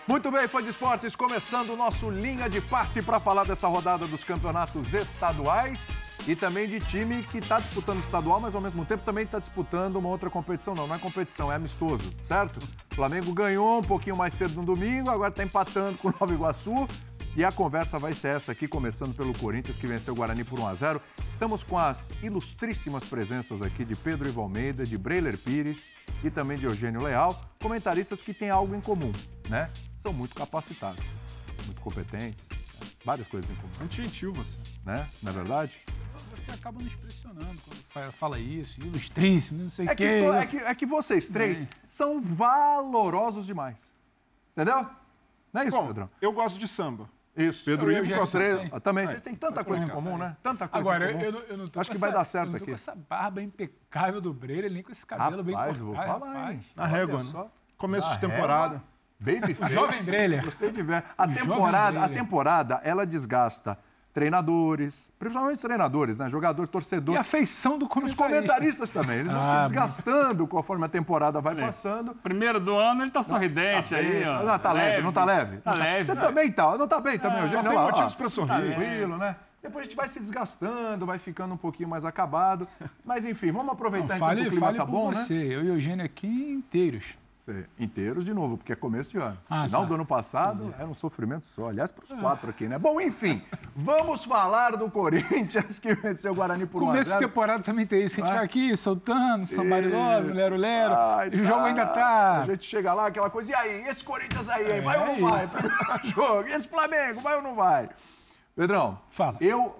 Muito bem, fã de esportes, começando o nosso Linha de Passe para falar dessa rodada dos campeonatos estaduais e também de time que está disputando estadual, mas ao mesmo tempo também está disputando uma outra competição. Não é competição, é amistoso, certo? O Flamengo ganhou um pouquinho mais cedo no domingo, agora está empatando com o Nova Iguaçu. E a conversa vai ser essa aqui, começando pelo Corinthians, que venceu o Guarani por 1-0. Estamos com as ilustríssimas presenças aqui de Pedro Ivo Almeida, de Breiler Pires e também de Eugênio Leal, comentaristas que têm algo em comum, né? São muito capacitados, muito competentes, né? Várias coisas em comum. Muito gentil você. Né? Não é verdade? Você acaba nos pressionando quando fala isso, ilustríssimo, não sei o quê. É que vocês três são valorosos demais. Entendeu? Não é isso, Bom, Pedrão? Eu gosto de samba. Isso. Pedro Ivo gosta de Três. Também. Vocês têm tanta coisa em comum, né? Tanta coisa Agora, em comum. eu não tô Acho com que vai dar certo eu não aqui. tô com essa barba impecável do Breira, nem com esse cabelo bem cortado. Vou falar, hein? Na régua, né? Começo de temporada. Baby face. Jovem Breira. Gostei de ver. A temporada, ela desgasta treinadores, principalmente treinadores, né? Jogador, torcedor. E a feição do comentarista. Os comentaristas também. Eles vão se desgastando conforme a temporada vai passando. Primeiro do ano ele tá sorridente aí, ó. Não, tá leve, não tá leve? Tá leve. Você também tá. Não tá bem também, Eugênio? Só tem motivos pra sorrir. Tranquilo, né? Depois a gente vai se desgastando, vai ficando um pouquinho mais acabado. Mas enfim, vamos aproveitar enquanto o clima tá bom, né? Eu e o Eugênio aqui inteiros. Inteiros de novo, porque é começo de ano. Final do ano passado era um sofrimento só. Aliás, para os quatro aqui, né? Bom, enfim, vamos falar do Corinthians que venceu o Guarani por 1-0. Começo de temporada também tem isso. A gente vai aqui soltando, somebody love, lero-lero. E o jogo ainda tá... A gente chega lá, aquela coisa. E aí, esse Corinthians aí, vai ou não vai? Jogo. E esse Flamengo, vai ou não vai? Pedrão, fala.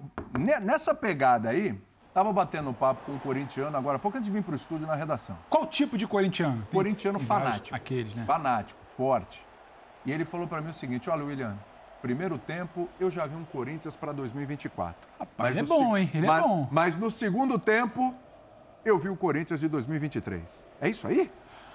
Nessa pegada aí, tava batendo um papo com um corintiano agora, há pouco antes de vir para o estúdio na redação. Qual tipo de corintiano? Corintiano fanático. Aqueles, né? Fanático, forte. E ele falou para mim o seguinte: olha, William, primeiro tempo eu já vi um Corinthians para 2024. Rapaz, ele é bom, hein? Ele é bom. Mas no segundo tempo eu vi o Corinthians de 2023. É isso aí?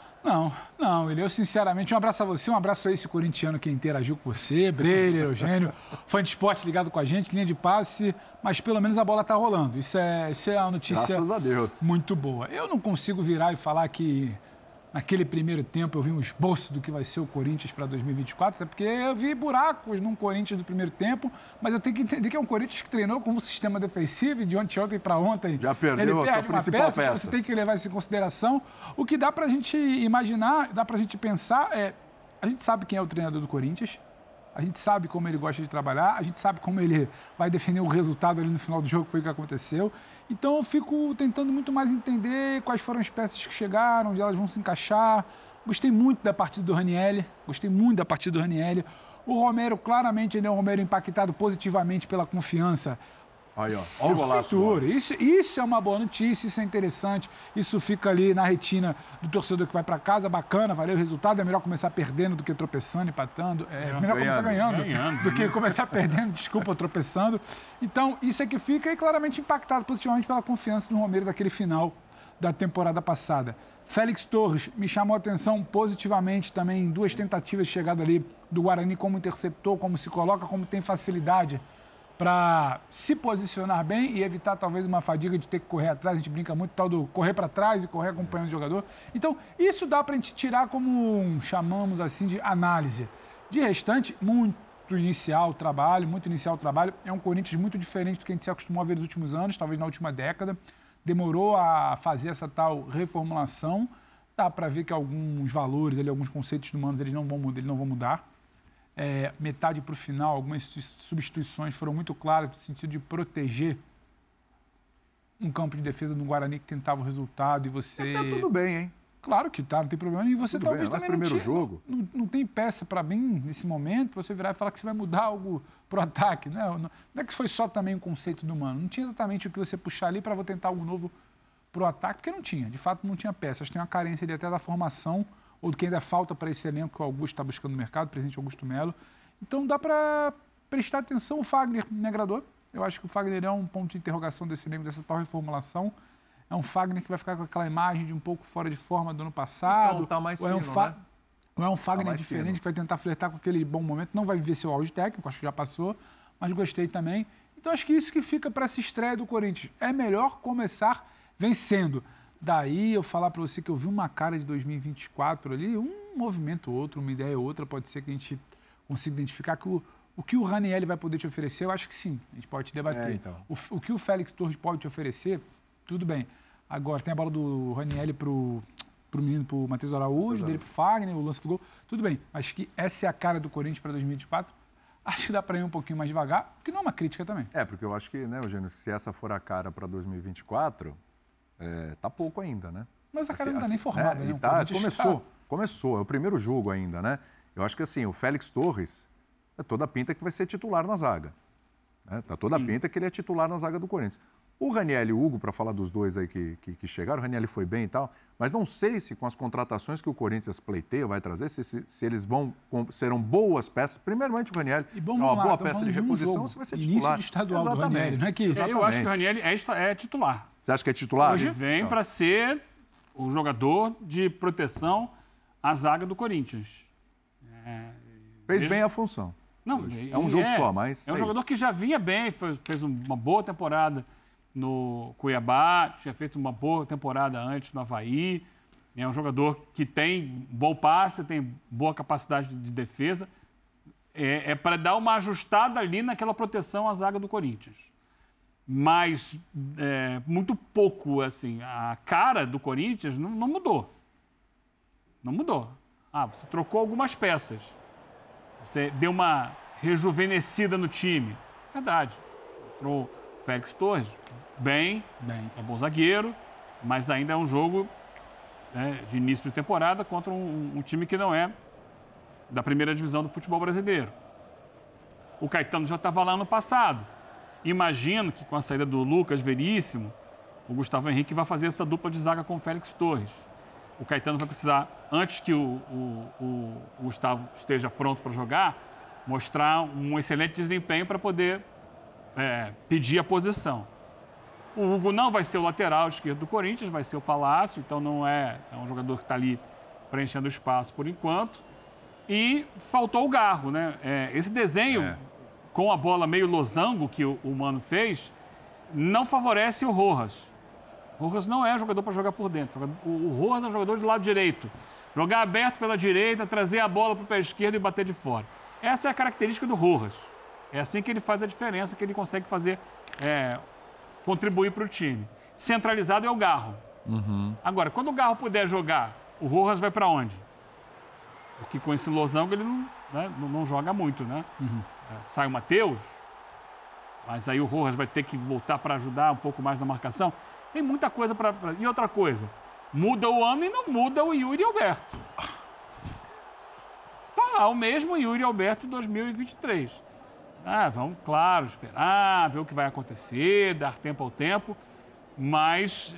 Não, William, eu sinceramente, um abraço a você, um abraço a esse corintiano que interagiu com você, Breira, Eugênio, fã de esporte ligado com a gente, linha de passe, mas pelo menos a bola tá rolando. Isso é uma notícia Graças a Deus. Muito boa. Eu não consigo virar e falar que naquele primeiro tempo eu vi um esboço do que vai ser o Corinthians para 2024, até porque eu vi buracos num Corinthians do primeiro tempo, mas eu tenho que entender que é um Corinthians que treinou com um sistema defensivo e de ontem para ontem. Já perdeu a sua principal peça. Então você tem que levar isso em consideração. O que dá para a gente imaginar, dá para a gente pensar, a gente sabe quem é o treinador do Corinthians, a gente sabe como ele gosta de trabalhar, a gente sabe como ele vai defender o resultado ali no final do jogo, que foi o que aconteceu. Então eu fico tentando muito mais entender quais foram as peças que chegaram, onde elas vão se encaixar. Gostei muito da partida do Ranieri, O Romero, claramente, ele é um Romero impactado positivamente pela confiança. Aí, ó. Olha o golaço. Isso é uma boa notícia, isso é interessante. Isso fica ali na retina do torcedor que vai para casa, bacana, valeu o resultado. É melhor começar perdendo do que tropeçando, empatando. É melhor começar ganhando do que começar perdendo, tropeçando. Então, isso é que fica claramente impactado positivamente pela confiança do Romero daquele final da temporada passada. Félix Torres me chamou a atenção positivamente também em 2 tentativas de chegada ali do Guarani, como interceptou, como se coloca, como tem facilidade para se posicionar bem e evitar talvez uma fadiga de ter que correr atrás. A gente brinca muito tal do correr para trás e correr acompanhando o jogador. Então, isso dá para a gente tirar como chamamos assim de análise. De restante, muito inicial o trabalho. É um Corinthians muito diferente do que a gente se acostumou a ver nos últimos anos, talvez na última década. Demorou a fazer essa tal reformulação. Dá para ver que alguns valores, ali, alguns conceitos humanos, eles não vão mudar. Metade para o final, algumas substituições foram muito claras no sentido de proteger um campo de defesa do Guarani que tentava o resultado e você... Tá tudo bem, hein? Claro que tá, não tem problema. E você tudo talvez bem, também primeiro jogo. Não tem peça para mim nesse momento, para você virar e falar que você vai mudar algo pro ataque. Não é que foi só também o conceito do Mano. Não tinha exatamente o que você puxar ali para vou tentar algo novo pro ataque, porque não tinha. De fato, não tinha peça. Acho que tem uma carência ali até da formação ou do que ainda falta para esse elenco que o Augusto está buscando no mercado, o presidente Augusto Melo. Então dá para prestar atenção. O Fagner me agradou. Eu acho que o Fagner é um ponto de interrogação desse elenco, dessa tal reformulação. É um Fagner que vai ficar com aquela imagem de um pouco fora de forma do ano passado. Então, tá mais fino, né? Ou é um Fagner diferente que vai tentar flertar com aquele bom momento. Não vai viver seu auge técnico, acho que já passou, mas gostei também. Então acho que isso que fica para essa estreia do Corinthians. É melhor começar vencendo. Daí eu falar para você que eu vi uma cara de 2024 ali, um movimento ou outro, uma ideia ou outra, pode ser que a gente consiga identificar que o que o Ranieri vai poder te oferecer, eu acho que sim, a gente pode debater. Então. O que o Félix Torres pode te oferecer, tudo bem. Agora, tem a bola do Ranieri pro menino, pro Matheus Araújo, dele pro Fagner, o lance do gol, tudo bem. Acho que essa é a cara do Corinthians para 2024. Acho que dá para ir um pouquinho mais devagar, porque não é uma crítica também. Porque eu acho que, né, Eugênio, se essa for a cara para 2024, tá pouco ainda, né? Mas a cara não está nem formada, né? Começou, é o primeiro jogo ainda, né? Eu acho que assim, o Félix Torres, toda a pinta que vai ser titular na zaga. Né? Tá toda a pinta que ele é titular na zaga do Corinthians. O Ranieri e o Hugo, para falar dos dois aí que chegaram, o Ranieri foi bem e tal, mas não sei se com as contratações que o Corinthians pleiteia vai trazer, se eles serão boas peças. Primeiramente o Ranieri é uma boa peça de reposição, se vai ser titular. Início de estadual do Ranieri, não é que... Eu acho que o Ranieri é titular. Você acha que é titular? Hoje vem para ser o jogador de proteção à zaga do Corinthians. Fez bem a função. Não, é um jogo só, mas... É um jogador que já vinha bem, fez uma boa temporada no Cuiabá, tinha feito uma boa temporada antes no Avaí. É um jogador que tem bom passe, tem boa capacidade de defesa. É para dar uma ajustada ali naquela proteção à zaga do Corinthians. Mas muito pouco, assim. A cara do Corinthians não mudou. Não mudou. Você trocou algumas peças. Você deu uma rejuvenescida no time. Verdade. Entrou o Félix Torres. Bem, é bom zagueiro, mas ainda é um jogo de início de temporada contra um time que não é da primeira divisão do futebol brasileiro. O Caetano já estava lá no passado. Imagino que com a saída do Lucas Veríssimo, o Gustavo Henrique vai fazer essa dupla de zaga com o Félix Torres. O Caetano vai precisar, antes que o Gustavo esteja pronto para jogar, mostrar um excelente desempenho para poder pedir a posição. O Hugo não vai ser o lateral esquerdo do Corinthians, vai ser o Palácio, então não é um jogador que está ali preenchendo o espaço por enquanto. E faltou o Garro, né? Esse desenho com a bola meio losango que o Mano fez não favorece o Rojas. O Rojas não é um jogador para jogar por dentro. O Rojas é um jogador do lado direito. Jogar aberto pela direita, trazer a bola para o pé esquerdo e bater de fora. Essa é a característica do Rojas. É assim que ele faz a diferença, que ele consegue fazer... contribuir para o time. Centralizado é o Garro. Agora, quando o Garro puder jogar, o Rojas vai para onde? Porque com esse losango ele não joga muito, né? Sai o Matheus, mas aí o Rojas vai ter que voltar para ajudar um pouco mais na marcação. Tem muita coisa para... E outra coisa, muda o ano e não muda o Yuri Alberto. Tá lá o mesmo Yuri Alberto 2023. Vamos, claro, esperar, ver o que vai acontecer, dar tempo ao tempo, mas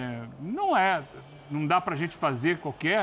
não dá para a gente fazer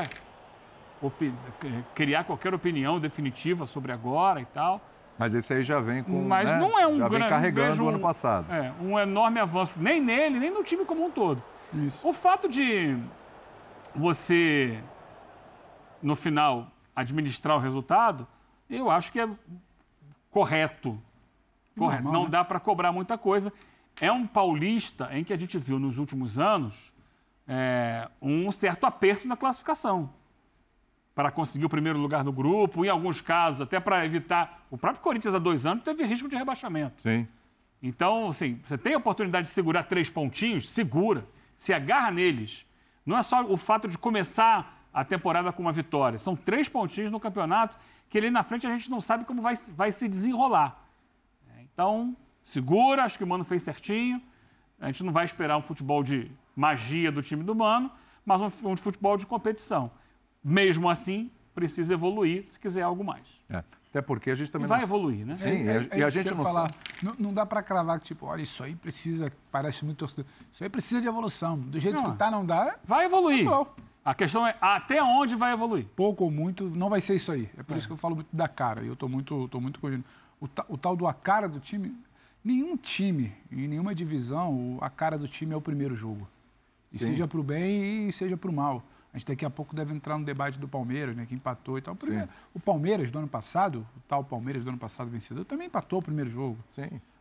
criar qualquer opinião definitiva sobre agora e tal. Mas esse aí já vem com, mas não é um já vem grande, carregando o ano passado. Um enorme avanço, nem nele, nem no time como um todo. Isso. O fato de você, no final, administrar o resultado, eu acho que é correto. Normal, Não né? dá para cobrar muita coisa. É um paulista em que a gente viu nos últimos anos um certo aperto na classificação para conseguir o primeiro lugar no grupo, em alguns casos, até para evitar... O próprio Corinthians, há 2 anos, teve risco de rebaixamento. Sim. Então, assim, você tem a oportunidade de segurar 3 pontinhos, segura, se agarra neles. Não é só o fato de começar a temporada com uma vitória. São 3 pontinhos no campeonato que ali na frente a gente não sabe como vai se desenrolar. Então, segura, acho que o Mano fez certinho. A gente não vai esperar um futebol de magia do time do Mano, mas um futebol de competição. Mesmo assim, precisa evoluir se quiser algo mais. Até porque a gente também vai evoluir, né? Sim, e a gente não falar. Não dá para cravar que, tipo, olha, isso aí precisa, parece muito torcedor. Isso aí precisa de evolução. Do jeito que tá, não dá. Vai evoluir. Natural. A questão é até onde vai evoluir. Pouco ou muito, não vai ser isso aí. É por isso que eu falo muito da cara. E eu tô muito corrigindo. O tal do a cara do time, nenhum time, em nenhuma divisão, a cara do time é o primeiro jogo. E seja para o bem e seja para o mal. A gente daqui a pouco deve entrar no debate do Palmeiras, né, que empatou e tal. O Palmeiras do ano passado, o tal Palmeiras do ano passado vencedor, também empatou o primeiro jogo. Sim.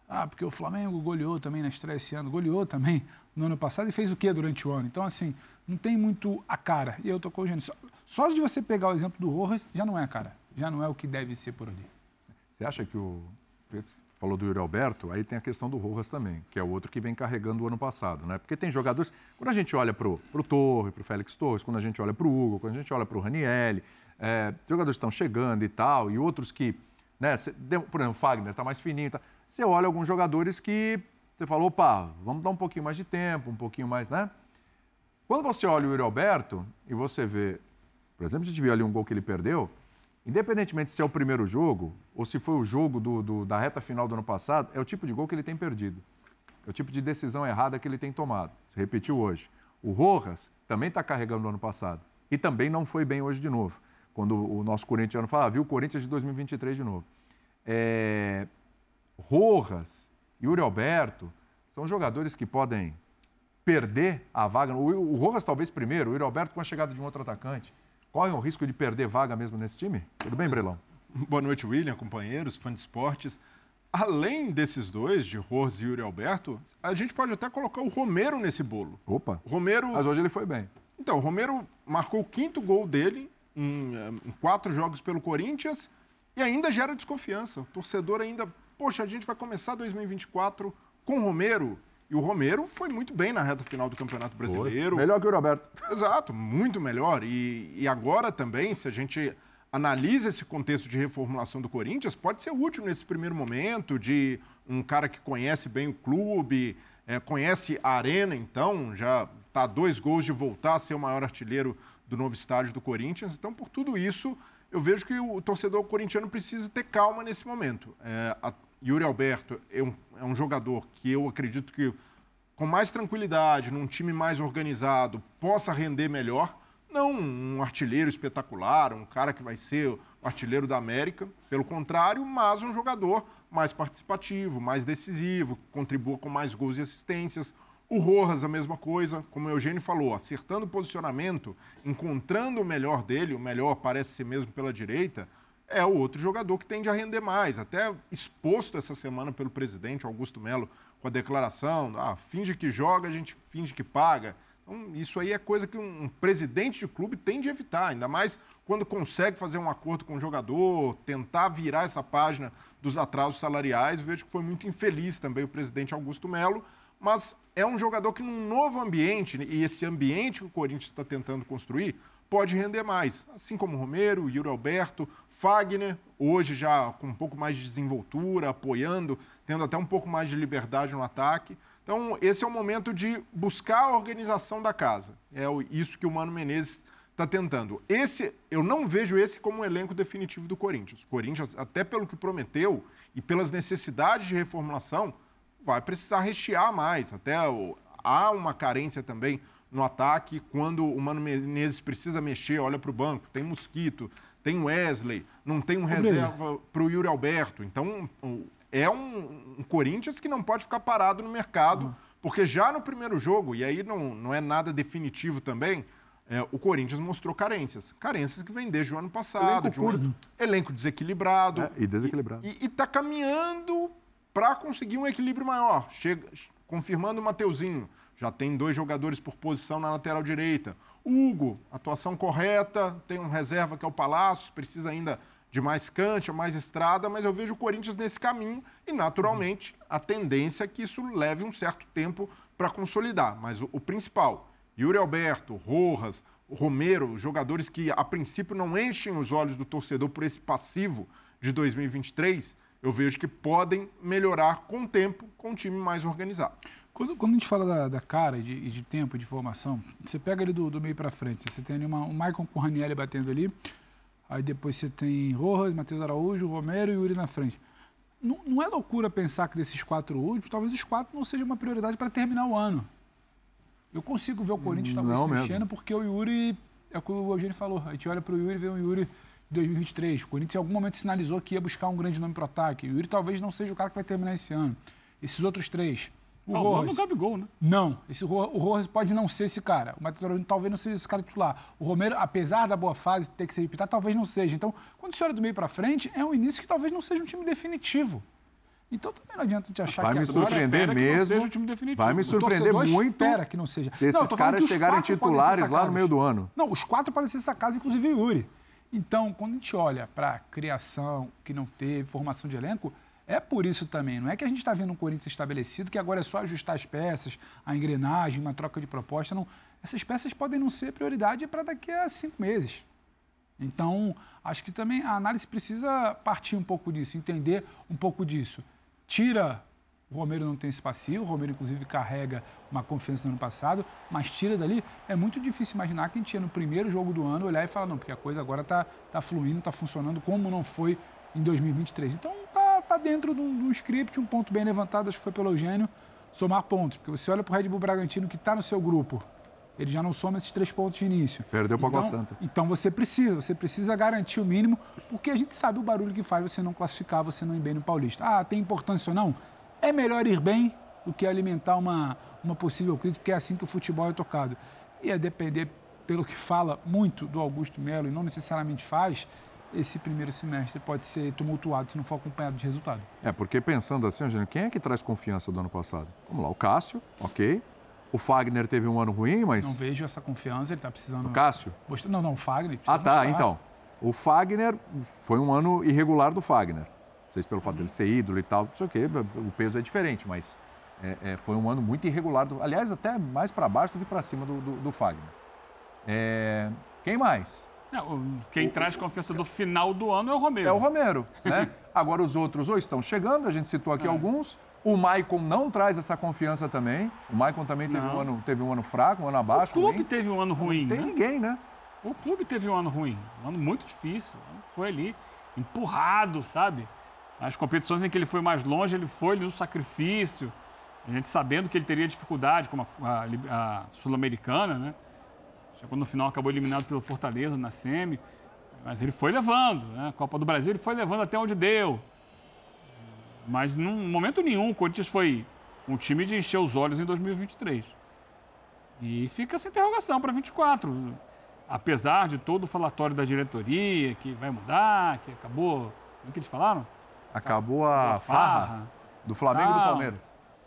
porque o Flamengo goleou também na estreia esse ano, goleou também no ano passado e fez o quê durante o ano? Então, assim, não tem muito a cara. E eu tô com o Eugênio. Só de você pegar o exemplo do Rojas, já não é a cara. Já não é o que deve ser por ali. Você acha que falou do Yuri Alberto, aí tem a questão do Rojas também, que é o outro que vem carregando o ano passado, né? Porque tem jogadores, quando a gente olha pro Torre, pro Félix Torres, quando a gente olha pro Hugo, quando a gente olha pro Ranieri, jogadores estão chegando e tal, e outros que, né, por exemplo, o Fagner tá mais fininho, tá? Você olha alguns jogadores que você fala, opa, vamos dar um pouquinho mais de tempo, um pouquinho mais, né? Quando você olha o Yuri Alberto e você vê, por exemplo, a gente viu ali um gol que ele perdeu, independentemente se é o primeiro jogo ou se foi o jogo da reta final do ano passado, é o tipo de gol que ele tem perdido. É o tipo de decisão errada que ele tem tomado. Se repetiu hoje. O Rojas também está carregando no ano passado. E também não foi bem hoje de novo. Quando o nosso corintiano fala, viu o Corinthians de 2023 de novo. Rojas, Yuri Alberto, são jogadores que podem perder a vaga. O Rojas talvez primeiro, o Yuri Alberto com a chegada de um outro atacante. Corre o risco de perder vaga mesmo nesse time? Tudo bem, Brelão? Boa noite, William, companheiros, fã de esportes. Além desses dois, de Rojas e Yuri Alberto, a gente pode até colocar o Romero nesse bolo. Opa! Romero... Mas hoje ele foi bem. Então, o Romero marcou o 5º gol dele em 4 jogos pelo Corinthians e ainda gera desconfiança. O torcedor ainda... Poxa, a gente vai começar 2024 com o Romero. E o Romero foi muito bem na reta final do Campeonato Brasileiro. Foi. Melhor que o Roberto. Exato, muito melhor. E agora também, se a gente analisa esse contexto de reformulação do Corinthians, pode ser útil nesse primeiro momento de um cara que conhece bem o clube, conhece a arena, então já está a 2 gols de voltar a ser o maior artilheiro do novo estádio do Corinthians. Então, por tudo isso, eu vejo que o torcedor corintiano precisa ter calma nesse momento. Yuri Alberto é um jogador que eu acredito que, com mais tranquilidade, num time mais organizado, possa render melhor. Não um artilheiro espetacular, um cara que vai ser o artilheiro da América, pelo contrário, mas um jogador mais participativo, mais decisivo, que contribua com mais gols e assistências. O Rojas, a mesma coisa, como o Eugênio falou, acertando o posicionamento, encontrando o melhor dele, o melhor parece ser mesmo pela direita, é o outro jogador que tende a render mais. Até exposto essa semana pelo presidente Augusto Melo com a declaração, finge que joga, a gente finge que paga. Então, isso aí é coisa que um presidente de clube tem de evitar, ainda mais quando consegue fazer um acordo com o jogador, tentar virar essa página dos atrasos salariais. Vejo que foi muito infeliz também o presidente Augusto Melo, mas é um jogador que num novo ambiente, e esse ambiente que o Corinthians está tentando construir, pode render mais. Assim como o Romero, Yuri Alberto, Fagner, hoje já com um pouco mais de desenvoltura, apoiando, tendo até um pouco mais de liberdade no ataque. Então, esse é o momento de buscar a organização da casa. É isso que o Mano Menezes está tentando. Eu não vejo esse como um elenco definitivo do Corinthians. O Corinthians, até pelo que prometeu e pelas necessidades de reformulação, vai precisar rechear mais. Até há uma carência também no ataque, quando o Mano Menezes precisa mexer, olha para o banco, tem Mosquito, tem Wesley, não tem um reserva para o Yuri Alberto. Então, é um Corinthians que não pode ficar parado no mercado, porque já no primeiro jogo, e aí não é nada definitivo também, o Corinthians mostrou carências. Carências que vem desde o ano passado, de um elenco desequilibrado. E desequilibrado. E está caminhando para conseguir um equilíbrio maior. Confirmando o Mateuzinho. Já tem 2 jogadores por posição na lateral direita. Hugo, atuação correta, tem um reserva que é o Palácios, precisa ainda de mais cancha, mais estrada, mas eu vejo o Corinthians nesse caminho e, naturalmente, a tendência é que isso leve um certo tempo para consolidar. Mas o principal, Yuri Alberto, Rojas, Romero, jogadores que, a princípio, não enchem os olhos do torcedor por esse passivo de 2023, eu vejo que podem melhorar com o tempo, com um time mais organizado. Quando a gente fala da cara e de tempo, de formação, você pega ali do meio para frente, você tem ali um Maicon com o Ranieri batendo ali, aí depois você tem Rojas, Matheus Araújo, Romero e Yuri na frente. Não é loucura pensar que desses 4 últimos, talvez os 4 não sejam uma prioridade para terminar o ano. Eu consigo ver o Corinthians talvez se mexendo, porque o Yuri, é o que o Eugênio falou, a gente olha para o Yuri e vê um Yuri de 2023. O Corinthians em algum momento sinalizou que ia buscar um grande nome para o ataque. O Yuri talvez não seja o cara que vai terminar esse ano. Esses outros 3... O Rojas, não cabe gol, né? Não, o Rojas pode não ser esse cara. O Matheus Araújo talvez não seja esse cara titular. O Romero, apesar da boa fase ter que ser repitado, talvez não seja. Então, quando você olha do meio para frente, é um início que talvez não seja um time definitivo. Então também não adianta te achar vai que me surpreender mesmo. Seja o time definitivo. Vai me surpreender muito. Espera que não seja. Esses caras chegarem titulares lá no meio do ano. Não, os 4 podem ser sacados, inclusive o Yuri. Então, quando a gente olha para criação, que não teve, formação de elenco, é por isso também. Não é que a gente está vendo um Corinthians estabelecido, que agora é só ajustar as peças, a engrenagem, uma troca de proposta. Não. Essas peças podem não ser prioridade para daqui a 5 meses. Então, acho que também a análise precisa partir um pouco disso, entender um pouco disso. Tira, o Romero não tem esse passivo, o Romero, inclusive, carrega uma confiança no ano passado, mas tira dali, é muito difícil imaginar que a gente ia no primeiro jogo do ano olhar e falar, não, porque a coisa agora está fluindo, está funcionando como não foi em 2023. Então, está dentro de um script, um ponto bem levantado, acho que foi pelo Eugênio, somar pontos. Porque você olha para o Red Bull Bragantino, que está no seu grupo, ele já não soma esses 3 pontos de início. Perdeu para a Água Santa. Então você precisa garantir o mínimo, porque a gente sabe o barulho que faz você não classificar, você não ir bem no Paulista. Ah, tem importância ou não? É melhor ir bem do que alimentar uma possível crise, porque é assim que o futebol é tocado. E é depender, pelo que fala muito do Augusto Melo, e não necessariamente faz, esse primeiro semestre pode ser tumultuado se não for acompanhado de resultado. Porque pensando assim, Eugênio, quem é que traz confiança do ano passado? Vamos lá, o Cássio, ok. O Fagner teve um ano ruim, mas... Não vejo essa confiança, ele está precisando... O Cássio? Não, o Fagner... Então. O Fagner foi um ano irregular do Fagner. Não sei se pelo fato dele ser ídolo e tal, não sei o quê, o peso é diferente, mas foi um ano muito irregular. Aliás, até mais para baixo do que para cima do Fagner. Quem mais? Quem traz confiança do final do ano é o Romero. É o Romero, né? Agora os outros ou estão chegando, a gente citou aqui alguns... O Maicon não traz essa confiança também. O Maicon também teve um ano fraco, um ano abaixo. O clube teve um ano ruim, Não tem ninguém, né? O clube teve um ano ruim. Um ano muito difícil. Foi ali empurrado, sabe? As competições em que ele foi mais longe, ele foi no sacrifício. A gente sabendo que ele teria dificuldade, como a Sul-Americana, né? Chegou no final, acabou eliminado pelo Fortaleza na semi. Mas ele foi levando, né? A Copa do Brasil ele foi levando até onde deu. Mas, num momento nenhum, o Corinthians foi um time de encher os olhos em 2023. E fica essa interrogação para 2024. Apesar de todo o falatório da diretoria, que vai mudar, que acabou... Como é que eles falaram? Acabou a farra do Flamengo e do Palmeiras.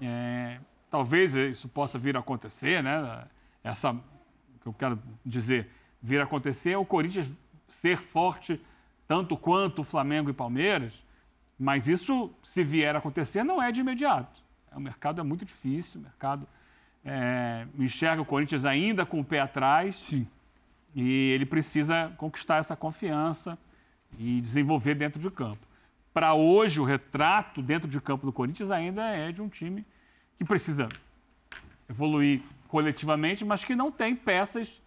Talvez isso possa vir a acontecer, né? O que eu quero dizer, vir a acontecer é o Corinthians ser forte tanto quanto o Flamengo e Palmeiras. Mas isso, se vier a acontecer, não é de imediato. O mercado é muito difícil, o mercado enxerga o Corinthians ainda com o pé atrás. Sim. E ele precisa conquistar essa confiança e desenvolver dentro de campo. Para hoje, o retrato dentro de campo do Corinthians ainda é de um time que precisa evoluir coletivamente, mas que não tem peças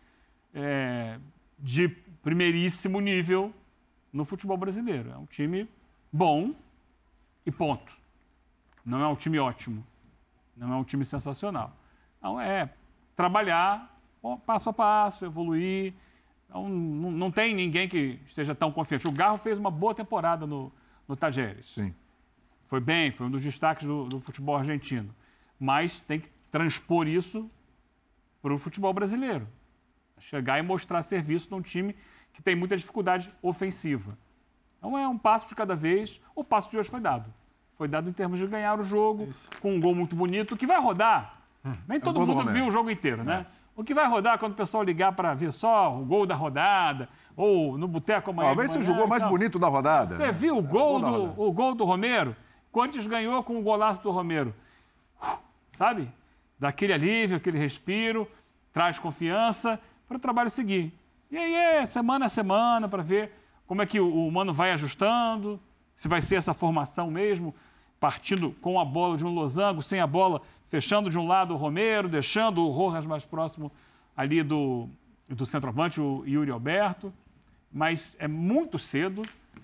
de primeiríssimo nível no futebol brasileiro. É um time bom e ponto. Não é um time ótimo. Não é um time sensacional. Então, trabalhar passo a passo, evoluir. Então, não tem ninguém que esteja tão confiante. O Garro fez uma boa temporada no Tajeres. Sim. Foi bem, foi um dos destaques do futebol argentino. Mas tem que transpor isso para o futebol brasileiro. Chegar e mostrar serviço num time que tem muita dificuldade ofensiva. Então, é um passo de cada vez. O passo de hoje foi dado. Foi dado em termos de ganhar o jogo, com um gol muito bonito, que vai rodar. Nem todo mundo viu o jogo inteiro, né? O que vai rodar quando o pessoal ligar para ver só o gol da rodada, ou no boteco amanhã. Talvez seja o gol mais bonito da rodada. Você viu o gol do Romero? Corinthians ganhou com o golaço do Romero. Sabe? Dá aquele alívio, aquele respiro, traz confiança para o trabalho seguir. E aí semana a semana, para ver como é que o Mano vai ajustando, se vai ser essa formação mesmo, partindo com a bola de um losango, sem a bola, fechando de um lado o Romero, deixando o Rojas mais próximo ali do centroavante, o Yuri Alberto. Mas é muito cedo,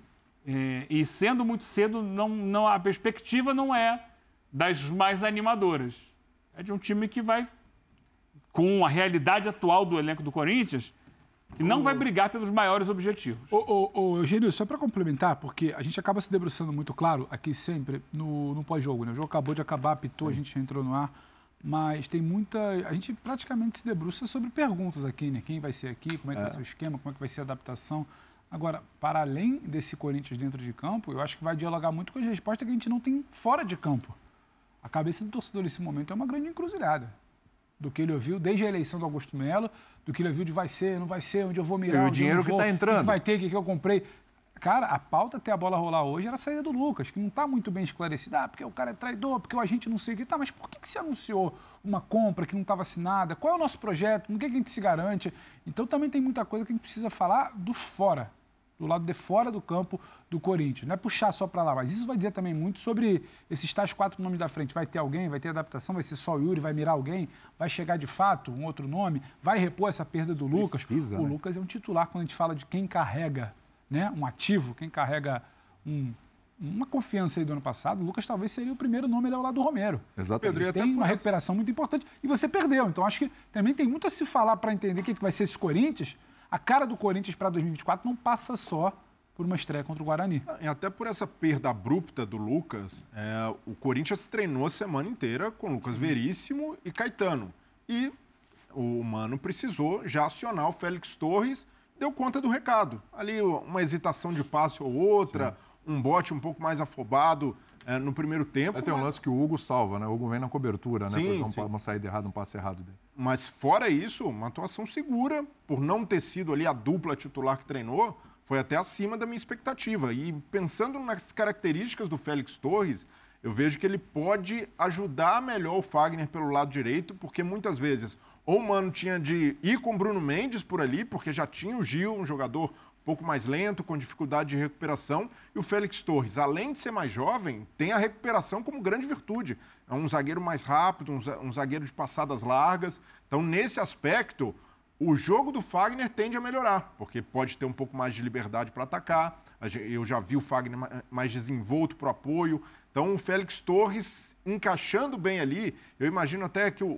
e sendo muito cedo, a perspectiva não é das mais animadoras. É de um time que vai, com a realidade atual do elenco do Corinthians, que não vai brigar pelos maiores objetivos. Eugênio, só para complementar, porque a gente acaba se debruçando muito, claro, aqui sempre no pós-jogo, né? O jogo acabou de acabar, apitou, a gente já entrou no ar, mas tem muita... A gente praticamente se debruça sobre perguntas aqui, né? Quem vai ser aqui, como é que vai ser o esquema, como é que vai ser a adaptação. Agora, para além desse Corinthians dentro de campo, eu acho que vai dialogar muito com as respostas que a gente não tem fora de campo. A cabeça do torcedor nesse momento é uma grande encruzilhada. Do que ele ouviu desde a eleição do Augusto Melo, do que ele ouviu de vai ser, não vai ser, onde eu vou mirar, o dinheiro que está entrando. O que vai ter, o que eu comprei. Cara, a pauta até a bola rolar hoje era a saída do Lucas, que não está muito bem esclarecida. Porque o cara é traidor, porque o agente não sei o que. Tá, mas por que se anunciou uma compra que não estava assinada? Qual é o nosso projeto? No que a gente se garante? Então também tem muita coisa que a gente precisa falar do fora, do lado de fora do campo do Corinthians. Não é puxar só para lá, mas isso vai dizer também muito sobre esses tais 4 nomes da frente. Vai ter alguém, vai ter adaptação, vai ser só o Yuri, vai mirar alguém, vai chegar de fato um outro nome, vai repor essa perda do Lucas. O Lucas é um titular quando a gente fala de quem carrega, né, um ativo, quem carrega uma confiança aí do ano passado. O Lucas talvez seria o primeiro nome ali ao lado do Romero. Exatamente. Ele tem uma recuperação muito importante e você perdeu. Então acho que também tem muito a se falar para entender o que vai ser esse Corinthians. A cara do Corinthians para 2024 não passa só por uma estreia contra o Guarani. E até por essa perda abrupta do Lucas, o Corinthians treinou a semana inteira com Lucas Veríssimo e Caetano. E o Mano precisou já acionar o Félix Torres, deu conta do recado. Ali uma hesitação de passe ou outra, um bote um pouco mais afobado no primeiro tempo. Tem um lance que o Hugo salva, né? O Hugo vem na cobertura, né? Sim, uma saída errada, um passe errado dele. Mas fora isso, uma atuação segura, por não ter sido ali a dupla titular que treinou, foi até acima da minha expectativa. E pensando nas características do Félix Torres, eu vejo que ele pode ajudar melhor o Fagner pelo lado direito, porque muitas vezes ou o Mano tinha de ir com o Bruno Mendes por ali, porque já tinha o Gil, um jogador um pouco mais lento, com dificuldade de recuperação, e o Félix Torres, além de ser mais jovem, tem a recuperação como grande virtude. É um zagueiro mais rápido, um zagueiro de passadas largas. Então, nesse aspecto, o jogo do Fagner tende a melhorar, porque pode ter um pouco mais de liberdade para atacar. Eu já vi o Fagner mais desenvolto para o apoio. Então, o Félix Torres encaixando bem ali, eu imagino até que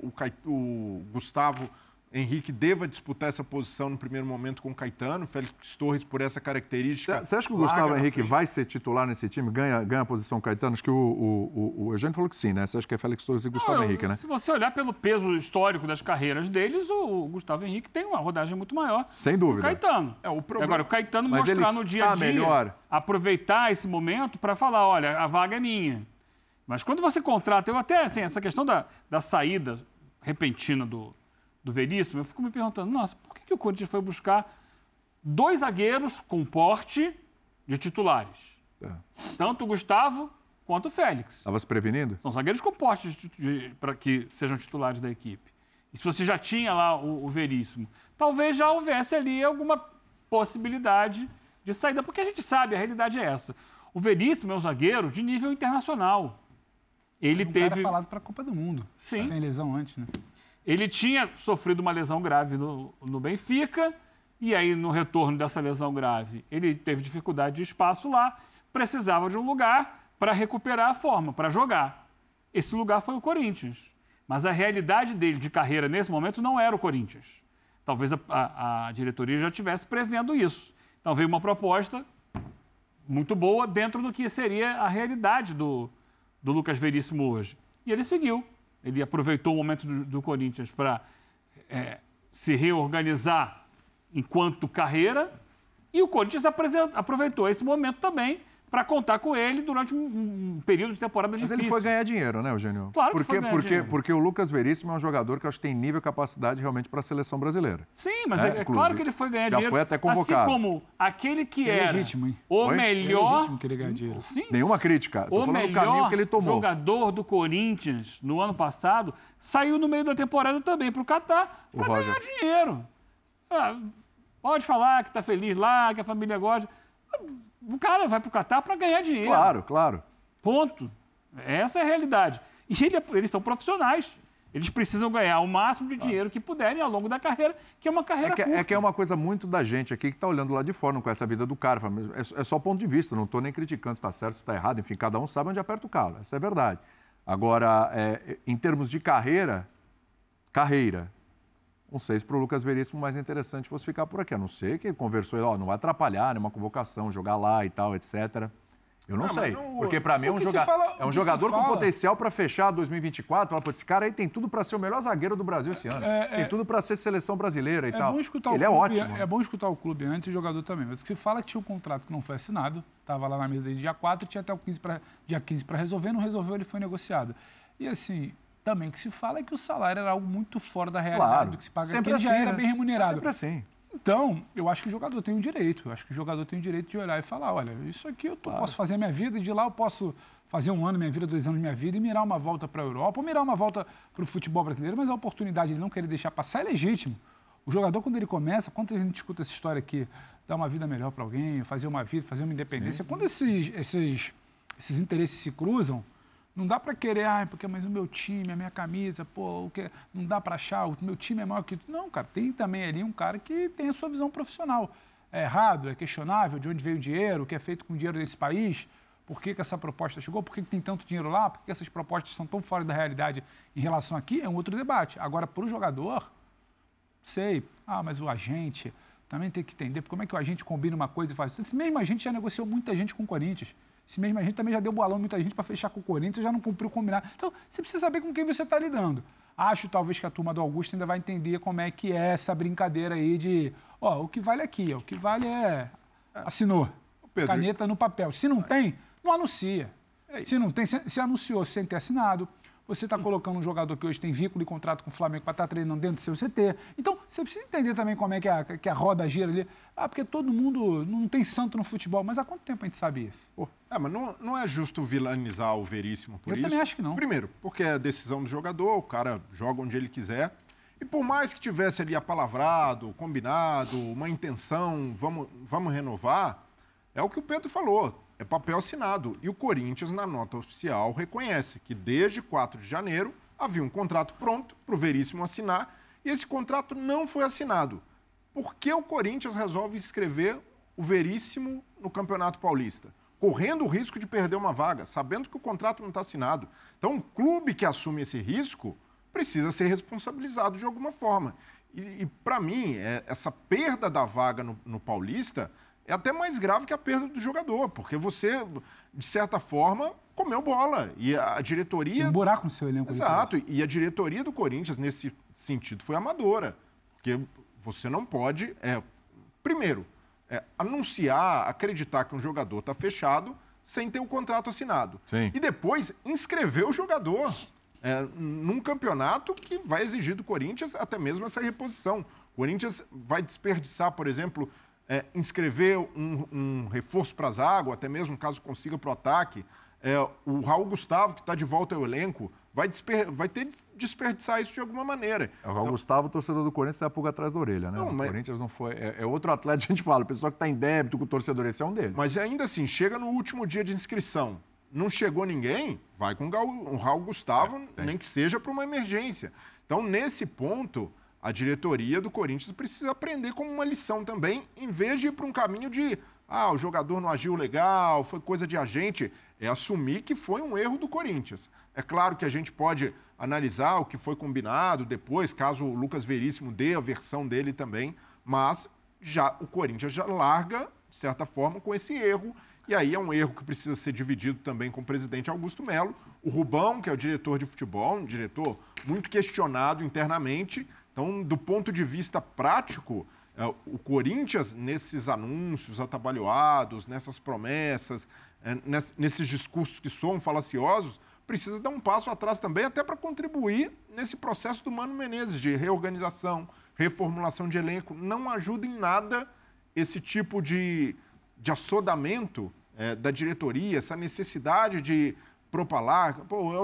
o Gustavo Henrique deva disputar essa posição no primeiro momento com o Caetano, Félix Torres por essa característica. Você acha que o Gustavo Henrique vai ser titular nesse time? Ganha a posição Caetano? Acho que o Eugênio falou que sim, né? Você acha que é Félix Torres e Gustavo Henrique, né? Se você olhar pelo peso histórico das carreiras deles, o Gustavo Henrique tem uma rodagem muito maior. Sem dúvida. O Caetano. O problema... Agora, o Caetano mostrar no dia a dia, melhor. aproveitar esse momento para falar, olha, a vaga é minha. Mas quando você contrata, eu até, assim, essa questão da saída repentina do Veríssimo, eu fico me perguntando, nossa, por que o Corinthians foi buscar 2 zagueiros com porte de titulares? Tanto o Gustavo quanto o Félix. Estava se prevenindo? São zagueiros com porte para que sejam titulares da equipe. E se você já tinha lá o Veríssimo, talvez já houvesse ali alguma possibilidade de saída, porque a gente sabe, a realidade é essa. O Veríssimo é um zagueiro de nível internacional. Ele teve... Cara falado para a Copa do Mundo. Sim. Sem lesão antes, né? Ele tinha sofrido uma lesão grave no Benfica, e aí, no retorno dessa lesão grave, ele teve dificuldade de espaço lá, precisava de um lugar para recuperar a forma, para jogar. Esse lugar foi o Corinthians. Mas a realidade dele de carreira nesse momento não era o Corinthians. Talvez a diretoria já estivesse prevendo isso. Então veio uma proposta muito boa dentro do que seria a realidade do Lucas Veríssimo hoje. E ele seguiu. Ele aproveitou o momento do Corinthians para se reorganizar enquanto carreira, e o Corinthians aproveitou esse momento também para contar com ele durante um período de temporada difícil. Mas ele foi ganhar dinheiro, né, Eugênio? Claro que foi ganhar dinheiro. Porque o Lucas Veríssimo é um jogador que eu acho que tem nível e capacidade realmente para a seleção brasileira. Sim, mas é claro que ele foi ganhar dinheiro. Já foi até convocado. Assim como aquele que era legítimo, hein? o melhor... É legítimo que ele ganhar dinheiro. Sim. Nenhuma crítica. Estou falando do caminho que ele tomou. O jogador do Corinthians, no ano passado, saiu no meio da temporada também para o Catar para ganhar dinheiro. Pode falar que está feliz lá, que a família gosta. O cara vai para o Catar para ganhar dinheiro. Claro, claro. Ponto. Essa é a realidade. E eles são profissionais. Eles precisam ganhar o máximo de dinheiro que puderem ao longo da carreira, que é uma carreira curta. É que é uma coisa muito da gente aqui que está olhando lá de fora, não conhece a vida do cara. É só ponto de vista, não estou nem criticando se está certo, se está errado. Enfim, cada um sabe onde aperta o calo. Essa é a verdade. Agora, em termos de carreira, não sei se para o Lucas Veríssimo mais interessante fosse ficar por aqui. A não ser que ele conversou, não vai atrapalhar, né, uma convocação, jogar lá e tal, etc. Eu não sei, porque para mim é um jogador com potencial para fechar 2024. Fala, esse cara aí tem tudo para ser o melhor zagueiro do Brasil esse ano. Tem tudo para ser seleção brasileira e tal. Ele é ótimo. É bom escutar o clube antes e o jogador também. Mas o que se fala é que tinha um contrato que não foi assinado, estava lá na mesa desde dia 4, tinha até o dia 15 para resolver, não resolveu, ele foi negociado. E assim, também o que se fala é que o salário era algo muito fora da realidade do que se paga aqui, ele já era bem remunerado. Sempre assim. Então, eu acho que o jogador tem o direito. Eu acho que o jogador tem o direito de olhar e falar, olha, isso aqui eu posso fazer a minha vida, e de lá eu posso fazer 1 ano minha vida, 2 anos minha vida, e mirar uma volta para a Europa, ou mirar uma volta para o futebol brasileiro, mas a oportunidade de ele não querer deixar passar é legítimo. O jogador, quando ele começa, quando a gente escuta essa história aqui, dar uma vida melhor para alguém, fazer uma vida, fazer uma independência, quando esses interesses se cruzam, não dá para querer, mas o meu time, a minha camisa, não dá para achar, o meu time é maior que tu. Não, cara, tem também ali um cara que tem a sua visão profissional. É errado, é questionável, de onde veio o dinheiro, o que é feito com o dinheiro desse país, por que essa proposta chegou, por que tem tanto dinheiro lá, por que essas propostas são tão fora da realidade em relação aqui, é um outro debate. Agora, para o jogador, sei, mas o agente também tem que entender como é que o agente combina uma coisa e faz. Esse mesmo agente já negociou muita gente com o Corinthians. Esse mesmo agente também já deu bolão muita gente para fechar com o Corinthians, já não cumpriu o combinado. Então, você precisa saber com quem você está lidando. Acho, talvez, que a turma do Augusto ainda vai entender como é que é essa brincadeira aí de, o que vale aqui, o que vale assinou, caneta no papel. Se não tem, não anuncia. Se não tem, se anunciou sem ter assinado, você está colocando um jogador que hoje tem vínculo e contrato com o Flamengo para estar treinando dentro do seu CT. Então, você precisa entender também como é que a roda gira ali. Porque todo mundo não tem santo no futebol. Mas há quanto tempo a gente sabe isso? Mas não é justo vilanizar o Veríssimo por isso. Eu também acho que não. Primeiro, porque é a decisão do jogador, o cara joga onde ele quiser. E por mais que tivesse ali apalavrado, combinado, uma intenção, vamos renovar, é o que o Pedro falou. É papel assinado. E o Corinthians, na nota oficial, reconhece que desde 4 de janeiro havia um contrato pronto para o Veríssimo assinar e esse contrato não foi assinado. Por que o Corinthians resolve inscrever o Veríssimo no Campeonato Paulista? Correndo o risco de perder uma vaga, sabendo que o contrato não está assinado. Então, o clube que assume esse risco precisa ser responsabilizado de alguma forma. E para mim, essa perda da vaga no Paulista é até mais grave que a perda do jogador, porque você, de certa forma, comeu bola. E a diretoria... Tem um buraco no seu elenco. Exato. E a diretoria do Corinthians, nesse sentido, foi amadora. Porque você não pode, primeiro, anunciar, acreditar que um jogador está fechado sem ter o contrato assinado. Sim. E depois inscrever o jogador num campeonato que vai exigir do Corinthians até mesmo essa reposição. O Corinthians vai desperdiçar, por exemplo... inscrever um reforço para a zaga, até mesmo caso consiga para o ataque. O Raul Gustavo, que está de volta ao elenco, vai ter de desperdiçar isso de alguma maneira. O Raul Gustavo, torcedor do Corinthians, está a pulga atrás da orelha, né? O Corinthians não foi... É outro atleta, a gente fala, o pessoal que está em débito com o torcedor, esse é um deles. Mas ainda assim, chega no último dia de inscrição, não chegou ninguém, vai com o Raul Gustavo, nem que seja para uma emergência. Então, nesse ponto... A diretoria do Corinthians precisa aprender como uma lição também, em vez de ir para um caminho de o jogador não agiu legal, foi coisa de agente. É assumir que foi um erro do Corinthians. É claro que a gente pode analisar o que foi combinado depois, caso o Lucas Veríssimo dê a versão dele também, mas o Corinthians já larga, de certa forma, com esse erro. E aí é um erro que precisa ser dividido também com o presidente Augusto Melo. O Rubão, que é o diretor de futebol, um diretor muito questionado internamente. Então, do ponto de vista prático, o Corinthians, nesses anúncios atabalhoados, nessas promessas, nesses discursos que soam falaciosos, precisa dar um passo atrás também, até para contribuir nesse processo do Mano Menezes, de reorganização, reformulação de elenco. Não ajuda em nada esse tipo de assodamento da diretoria, essa necessidade de propalar,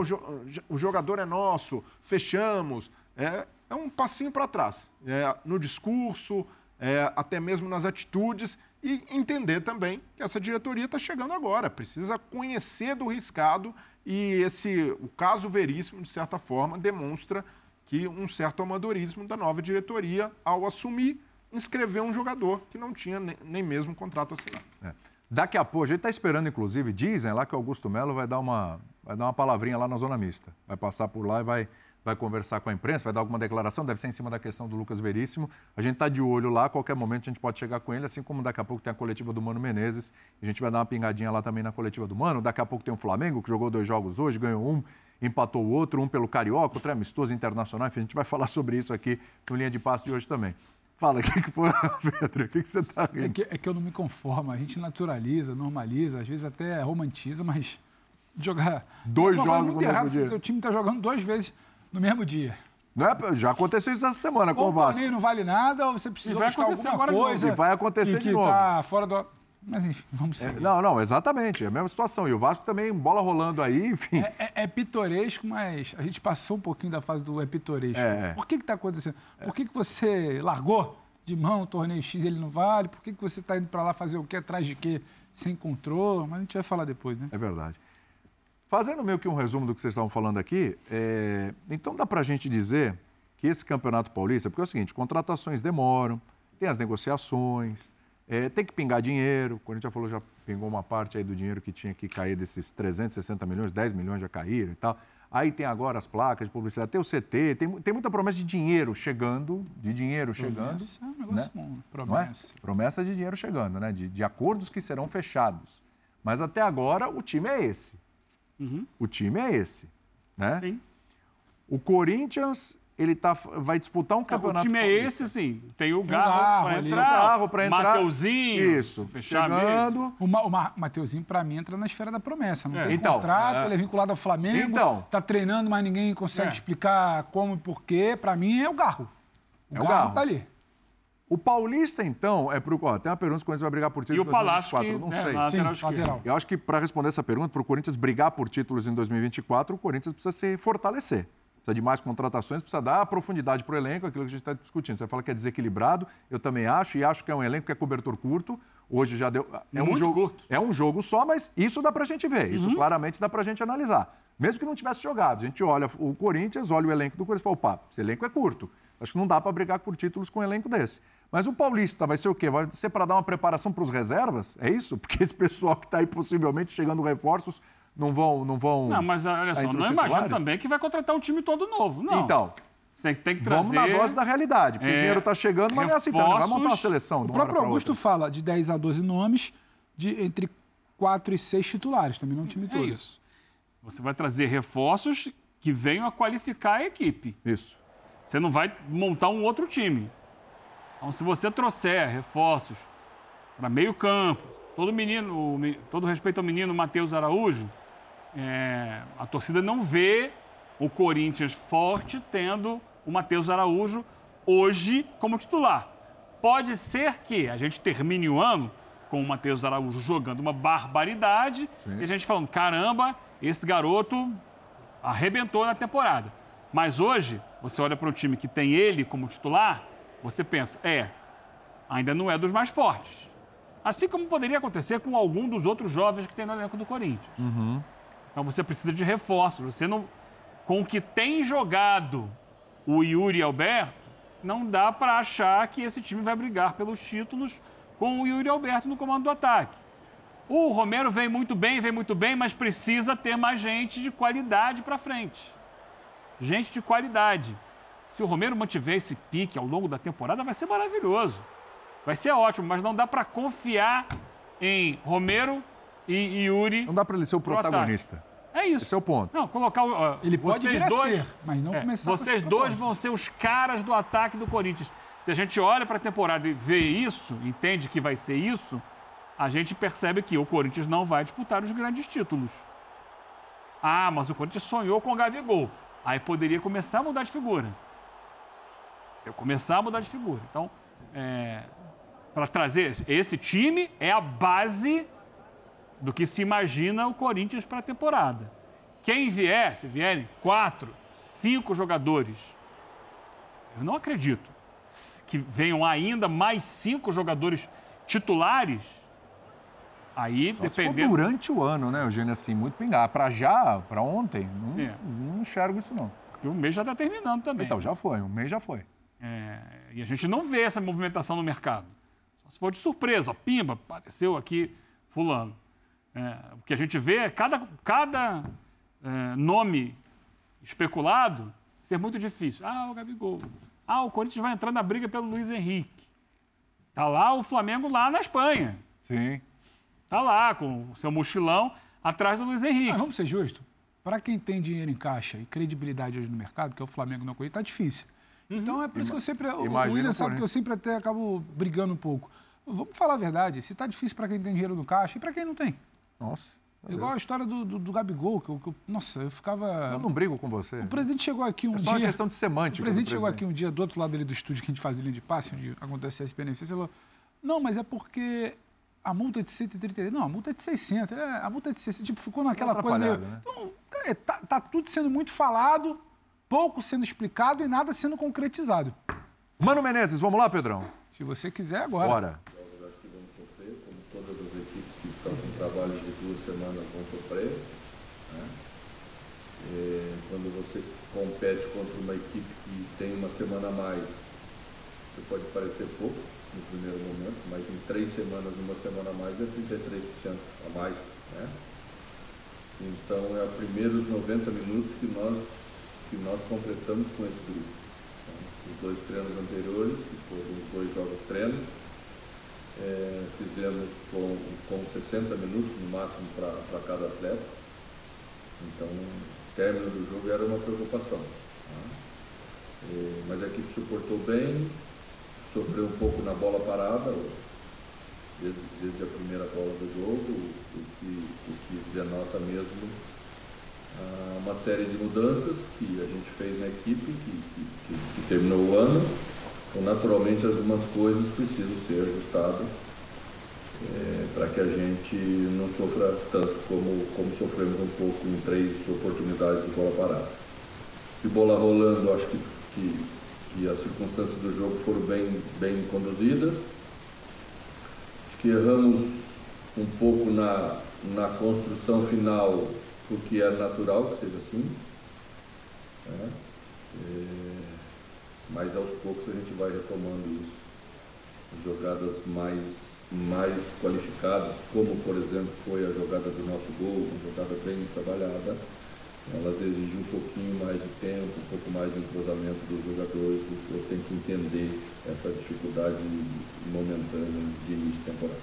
o jogador é nosso, fechamos... É um passinho para trás, no discurso, até mesmo nas atitudes, e entender também que essa diretoria está chegando agora, precisa conhecer do riscado e o caso Veríssimo, de certa forma, demonstra que um certo amadorismo da nova diretoria ao assumir, inscrever um jogador que não tinha nem mesmo contrato assinado. Daqui a pouco, a gente está esperando, inclusive, dizem lá que o Augusto Melo vai dar uma palavrinha lá na Zona Mista. Vai passar por lá e vai conversar com a imprensa, vai dar alguma declaração, deve ser em cima da questão do Lucas Veríssimo. A gente está de olho lá, a qualquer momento a gente pode chegar com ele, assim como daqui a pouco tem a coletiva do Mano Menezes. A gente vai dar uma pingadinha lá também na coletiva do Mano. Daqui a pouco tem o Flamengo, que jogou 2 jogos hoje, ganhou um, empatou o outro, um pelo Carioca, outro é amistoso internacional. Enfim, a gente vai falar sobre isso aqui no Linha de Passe de hoje também. Fala, o que foi, Pedro? O que você está rindo? É que eu não me conformo. A gente naturaliza, normaliza, às vezes até romantiza, mas jogar... 2 jogos no mesmo dia. Seu time está jogando 2 vezes no mesmo dia. Não é, já aconteceu isso essa semana com o Vasco. O torneio não vale nada, ou você precisa buscar alguma coisa... E vai acontecer de novo. Que está fora do... Mas enfim, vamos seguir. Não, exatamente. É a mesma situação. E o Vasco também, bola rolando aí, enfim. É pitoresco, mas a gente passou um pouquinho da fase do pitoresco. Por que está acontecendo? Por que você largou de mão o torneio X e ele não vale? Por que você está indo para lá fazer o quê? Atrás de quê? Sem controle? Mas a gente vai falar depois, né? É verdade. Fazendo meio que um resumo do que vocês estavam falando aqui, então dá para a gente dizer que esse Campeonato Paulista, porque é o seguinte, contratações demoram, tem as negociações, tem que pingar dinheiro, o Corinthians já pingou uma parte aí do dinheiro que tinha que cair desses 360 milhões, 10 milhões já caíram e tal. Aí tem agora as placas de publicidade, tem o CT, tem muita promessa de dinheiro chegando, Promessa é um negócio bom, promessa. Promessa de dinheiro chegando, né? De acordos que serão fechados. Mas até agora o time é esse. O time é esse, né? Sim. O Corinthians, ele vai disputar um campeonato. O time é esse, sim. Tem o Garro para entrar. Mateuzinho. Isso. Fechar chegando. O Mateuzinho, para mim, entra na esfera da promessa. Não tem então, contrato, ele é vinculado ao Flamengo. Então. Tá treinando, mas ninguém consegue explicar como e porquê. Para mim, é o Garro. O Garro tá ali. O Paulista, então, tem uma pergunta se o Corinthians vai brigar por títulos em 2024. E o Palácio, não sei. Lateral. Eu acho que, para responder essa pergunta, para o Corinthians brigar por títulos em 2024, o Corinthians precisa se fortalecer. Precisa de mais contratações, precisa dar profundidade para o elenco, aquilo que a gente está discutindo. Você fala que é desequilibrado, eu também acho, e acho que é um elenco que é cobertor curto. Hoje já deu... curto. É um jogo só, mas isso dá para a gente ver. Isso claramente dá para a gente analisar. Mesmo que não tivesse jogado, a gente olha o Corinthians, olha o elenco do Corinthians e fala, opa, esse elenco é curto. Acho que não dá para brigar por títulos com um elenco desse. Mas o Paulista vai ser o quê? Vai ser para dar uma preparação para os reservas? É isso? Porque esse pessoal que está aí possivelmente chegando reforços não vão... Não, mas olha só, não imagino também que vai contratar um time todo novo, não. Então, você tem que trazer... Vamos na dose da realidade, porque o dinheiro está chegando, mas não é assim também. Vai montar uma seleção. O próprio Augusto fala de 10 a 12 nomes, entre 4 e 6 titulares, também não um time todo. É isso. Você vai trazer reforços que venham a qualificar a equipe. Isso. Você não vai montar um outro time. Então, se você trouxer reforços para meio campo, todo respeito ao menino Matheus Araújo, a torcida não vê o Corinthians forte tendo o Matheus Araújo hoje como titular. Pode ser que a gente termine o ano com o Matheus Araújo jogando uma barbaridade e a gente falando, caramba, esse garoto arrebentou na temporada. Mas hoje, você olha para um time que tem ele como titular, você pensa, ainda não é dos mais fortes. Assim como poderia acontecer com algum dos outros jovens que tem no elenco do Corinthians. Então você precisa de reforços. Você não, com o que tem jogado o Yuri Alberto, não dá para achar que esse time vai brigar pelos títulos com o Yuri Alberto no comando do ataque. O Romero vem muito bem, mas precisa ter mais gente de qualidade para frente. Gente de qualidade. Se o Romero mantiver esse pique ao longo da temporada, vai ser maravilhoso. Vai ser ótimo, mas não dá para confiar em Romero e Yuri. Não dá para ele ser o protagonista. É isso. Esse é o ponto. Não, colocar o... Ele pode vir a ser, mas não começar Vocês dois vão ser os caras do ataque do Corinthians. Se a gente olha para a temporada e vê isso, entende que vai ser isso, a gente percebe que o Corinthians não vai disputar os grandes títulos. Ah, mas o Corinthians sonhou com o Gabigol. Aí poderia começar a mudar de figura. Então, para trazer esse time, é a base do que se imagina o Corinthians para a temporada. Quem vier, se vierem 4, 5 jogadores, eu não acredito que venham ainda mais 5 jogadores titulares. Aí, só dependendo... se for durante o ano, né, Eugênio, assim, muito pingar. Para ontem, não enxergo isso, não. Porque o mês já está terminando também. Então, já foi, um mês já foi. E a gente não vê essa movimentação no mercado. Só se for de surpresa, pimba, apareceu aqui fulano. O que a gente vê é cada nome especulado ser muito difícil. O Gabigol. O Corinthians vai entrar na briga pelo Luiz Henrique. Tá lá o Flamengo lá na Espanha. Sim. Tá lá com o seu mochilão atrás do Luiz Henrique. Vamos ser justos. Para quem tem dinheiro em caixa e credibilidade hoje no mercado, que é o Flamengo no Corinthians, tá difícil. Então é por isso que eu sempre... O William sabe que eu sempre até acabo brigando um pouco. Vamos falar a verdade. Se tá difícil para quem tem dinheiro no caixa, e para quem não tem? Nossa. Igual a história do Gabigol, nossa, eu ficava... Eu não brigo com você. O presidente chegou aqui um dia... É só uma questão de semântica. O presidente chegou aqui um dia do outro lado ali do estúdio que a gente faz linha de passe, onde acontece a SPNC, e falou, não, mas é porque a multa é de 130... Não, a multa é de 600. A multa é de 600. Tipo, ficou naquela coisa meio... Né? Então, tá tudo sendo muito falado, pouco sendo explicado e nada sendo concretizado. Mano Menezes, vamos lá, Pedrão? Se você quiser, agora. Bora. Estão com trabalho de 2 semanas vão sofrer. Né? Quando você compete contra uma equipe que tem uma semana a mais, você pode parecer pouco no primeiro momento, mas em 3 semanas, uma semana a mais é 33% a mais. Né? Então é os primeiros 90 minutos que nós completamos com esse grupo. Então, os 2 treinos anteriores, que foram os 2 jogos treinos, fizemos com 60 minutos no máximo para cada atleta. Então, o término do jogo era uma preocupação. Né? Mas a equipe suportou bem, sofreu um pouco na bola parada, desde a primeira bola do jogo, o que denota mesmo uma série de mudanças que a gente fez na equipe, que terminou o ano. Então, naturalmente, algumas coisas precisam ser ajustadas para que a gente não sofra tanto como sofremos um pouco em 3 oportunidades de bola parada. De bola rolando, acho que as circunstâncias do jogo foram bem conduzidas. Acho que erramos um pouco na construção final, porque é natural que seja assim. Né? Mas aos poucos a gente vai retomando isso. As jogadas mais qualificadas, como por exemplo foi a jogada do nosso gol, uma jogada bem trabalhada, elas exigem um pouquinho mais de tempo, um pouco mais de entrosamento dos jogadores, porque eu tenho que entender essa dificuldade momentânea de início de temporada.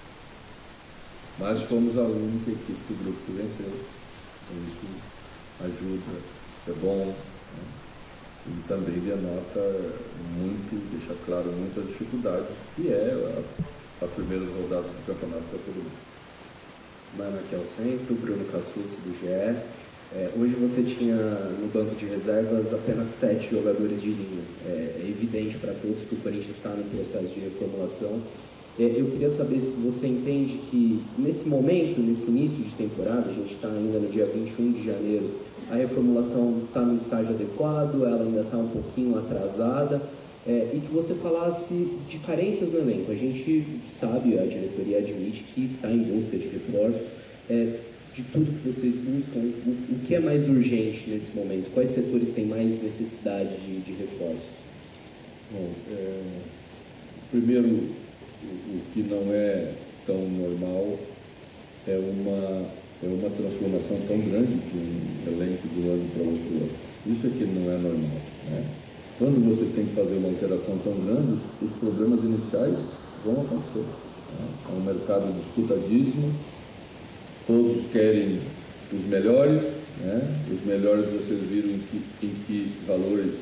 Mas fomos a única equipe do grupo que venceu, então isso ajuda, é bom. Né? E também denota muito, deixa claro muitas dificuldades, que é a primeira rodada do campeonato para todo mundo. Mano, aqui é o Centro, Bruno Cassucci do GE. Hoje você tinha no banco de reservas apenas 7 jogadores de linha. É evidente para todos que o Corinthians está no processo de reformulação. Eu queria saber se você entende que nesse momento, nesse início de temporada, a gente está ainda no dia 21 de janeiro, a reformulação está no estágio adequado, ela ainda está um pouquinho atrasada, e que você falasse de carências no elenco. A gente sabe, a diretoria admite que está em busca de reforços, de tudo que vocês buscam, o que é mais urgente nesse momento? Quais setores têm mais necessidade de reforços? Bom, primeiro, o que não é tão normal é uma transformação tão grande de um elenco de um ano para outro. Isso é que não é normal. Né? Quando você tem que fazer uma alteração tão grande, os problemas iniciais vão acontecer. Né? É um mercado disputadíssimo, todos querem os melhores, né? Os melhores vocês viram em que valores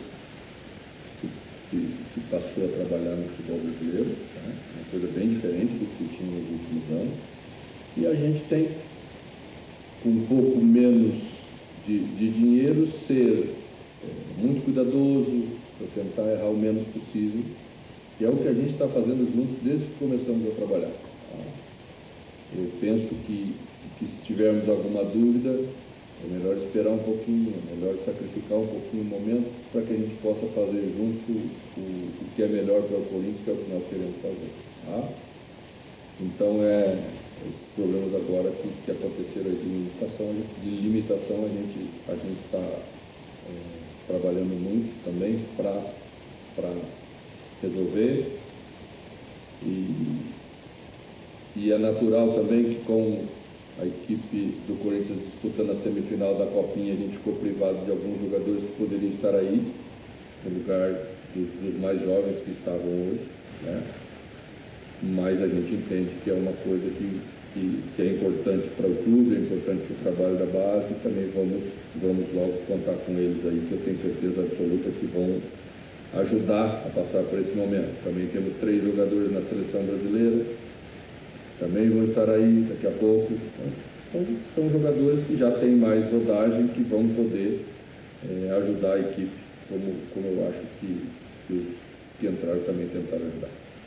que passou a trabalhar no futebol brasileiro, né? Uma coisa bem diferente do que tinha nos últimos anos. E a gente tem, com um pouco menos de dinheiro, ser muito cuidadoso, para tentar errar o menos possível, que é o que a gente está fazendo juntos desde que começamos a trabalhar. Tá? Eu penso que se tivermos alguma dúvida, é melhor esperar um pouquinho, é melhor sacrificar um pouquinho o momento para que a gente possa fazer junto o que é melhor para o Corinthians, que é o que nós queremos fazer. Tá? Então, esses problemas agora que aconteceram de limitação, a gente está trabalhando muito também para resolver. E é natural também que com a equipe do Corinthians disputando a semifinal da Copinha, a gente ficou privado de alguns jogadores que poderiam estar aí, no lugar dos mais jovens que estavam hoje, né? Mas a gente entende que é uma coisa que é importante para o clube, é importante para o trabalho da base, e também vamos logo contar com eles aí, que eu tenho certeza absoluta que vão ajudar a passar por esse momento. Também temos 3 jogadores na seleção brasileira, também vão estar aí daqui a pouco. Então, são jogadores que já têm mais rodagem, que vão poder ajudar a equipe, como eu acho que os que entraram também tentaram ajudar.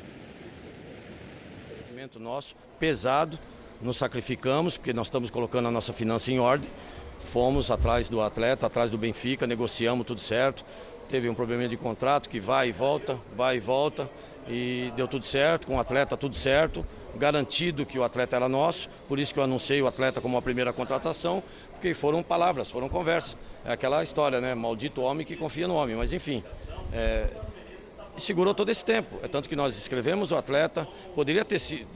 Nosso pesado, nos sacrificamos, porque nós estamos colocando a nossa finança em ordem. Fomos atrás do atleta, atrás do Benfica, negociamos tudo certo. Teve um probleminha de contrato que vai e volta, e deu tudo certo, com o atleta tudo certo, garantido que o atleta era nosso, por isso que eu anunciei o atleta como a primeira contratação, porque foram palavras, foram conversas. É aquela história, né? Maldito homem que confia no homem, mas enfim. E segurou todo esse tempo. É tanto que nós escrevemos o atleta, poderia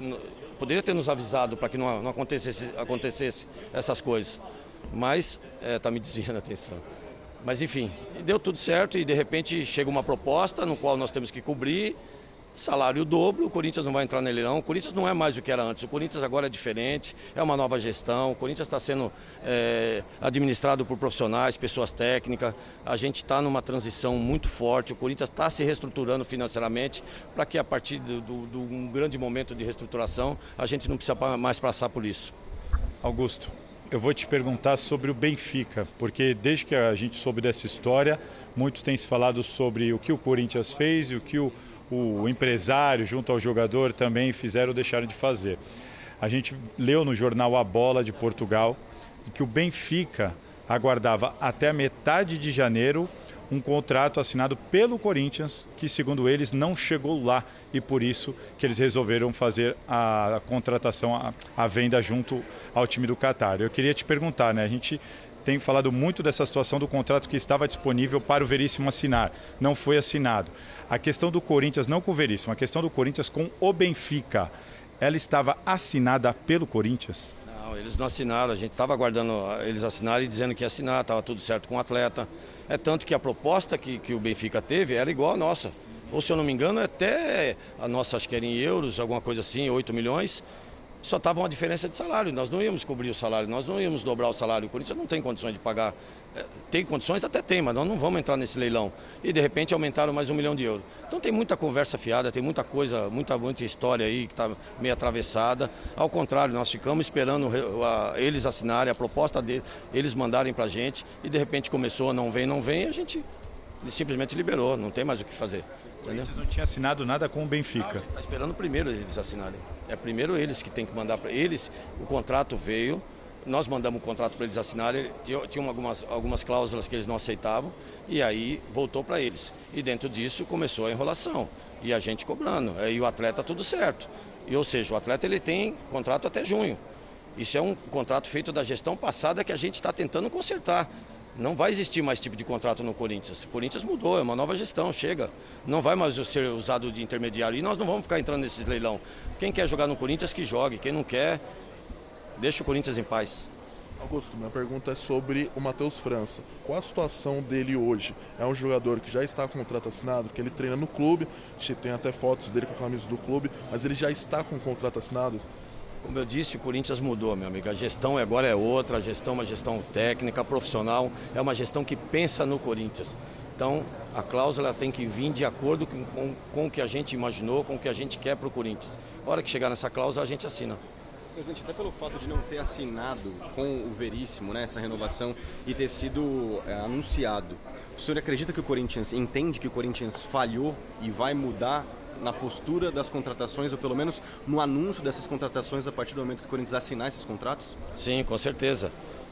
ter nos avisado para que não acontecesse essas coisas, mas está me desviando a atenção. Mas enfim, deu tudo certo e de repente chega uma proposta no qual nós temos que cobrir, salário dobro, o Corinthians não vai entrar nele não, o Corinthians não é mais o que era antes, o Corinthians agora é diferente, é uma nova gestão, o Corinthians está sendo administrado por profissionais, pessoas técnicas, a gente está numa transição muito forte, o Corinthians está se reestruturando financeiramente para que a partir de um grande momento de reestruturação a gente não precisa mais passar por isso. Augusto, eu vou te perguntar sobre o Benfica, porque desde que a gente soube dessa história, muito tem se falado sobre o que o Corinthians fez e o que o empresário junto ao jogador também fizeram ou deixaram de fazer. A gente leu no jornal A Bola de Portugal que o Benfica aguardava até a metade de janeiro um contrato assinado pelo Corinthians, que segundo eles não chegou lá e por isso que eles resolveram fazer a contratação, a venda junto ao time do Qatar. Eu queria te perguntar, né? A gente tem falado muito dessa situação do contrato que estava disponível para o Veríssimo assinar, não foi assinado. A questão do Corinthians, não com o Veríssimo, a questão do Corinthians com o Benfica, ela estava assinada pelo Corinthians? Não, eles não assinaram, a gente estava aguardando eles assinarem e dizendo que ia assinar, estava tudo certo com o atleta. É tanto que a proposta que o Benfica teve era igual a nossa. Ou se eu não me engano, até a nossa, acho que era em euros, alguma coisa assim, 8 milhões. Só estava uma diferença de salário, nós não íamos cobrir o salário, nós não íamos dobrar o salário. O Corinthians não tem condições de pagar, tem condições, até tem, mas nós não vamos entrar nesse leilão. E de repente aumentaram mais €1 milhão. Então tem muita conversa fiada, tem muita coisa, muita história aí que está meio atravessada. Ao contrário, nós ficamos esperando eles assinarem a proposta deles, eles mandarem para a gente e de repente começou, não vem, e a gente simplesmente liberou, não tem mais o que fazer. O Corinthians não tinha assinado nada com o Benfica. Não, a gente está esperando primeiro eles assinarem. É primeiro eles que tem que mandar para eles. O contrato veio, nós mandamos o contrato para eles assinarem. Tinha algumas cláusulas que eles não aceitavam e aí voltou para eles. E dentro disso começou a enrolação e a gente cobrando. E o atleta tudo certo. Ou seja, o atleta ele tem contrato até junho. Isso é um contrato feito da gestão passada que a gente está tentando consertar. Não vai existir mais tipo de contrato no Corinthians. O Corinthians mudou, é uma nova gestão, chega. Não vai mais ser usado de intermediário. E nós não vamos ficar entrando nesse leilão. Quem quer jogar no Corinthians, que jogue. Quem não quer, deixa o Corinthians em paz. Augusto, minha pergunta é sobre o Matheus França. Qual a situação dele hoje? É um jogador que já está com contrato assinado, que ele treina no clube, tem até fotos dele com a camisa do clube, mas ele já está com contrato assinado? Como eu disse, o Corinthians mudou, meu amigo. A gestão agora é outra, a gestão é uma gestão técnica, profissional, é uma gestão que pensa no Corinthians. Então, a cláusula tem que vir de acordo com o que a gente imaginou, com o que a gente quer para o Corinthians. A hora que chegar nessa cláusula, a gente assina. Presidente, até pelo fato de não ter assinado com o Veríssimo, né, essa renovação e ter sido anunciado, o senhor acredita que o Corinthians entende que o Corinthians falhou e vai mudar na postura das contratações, ou pelo menos no anúncio dessas contratações a partir do momento que o Corinthians assinar esses contratos? Sim, com certeza.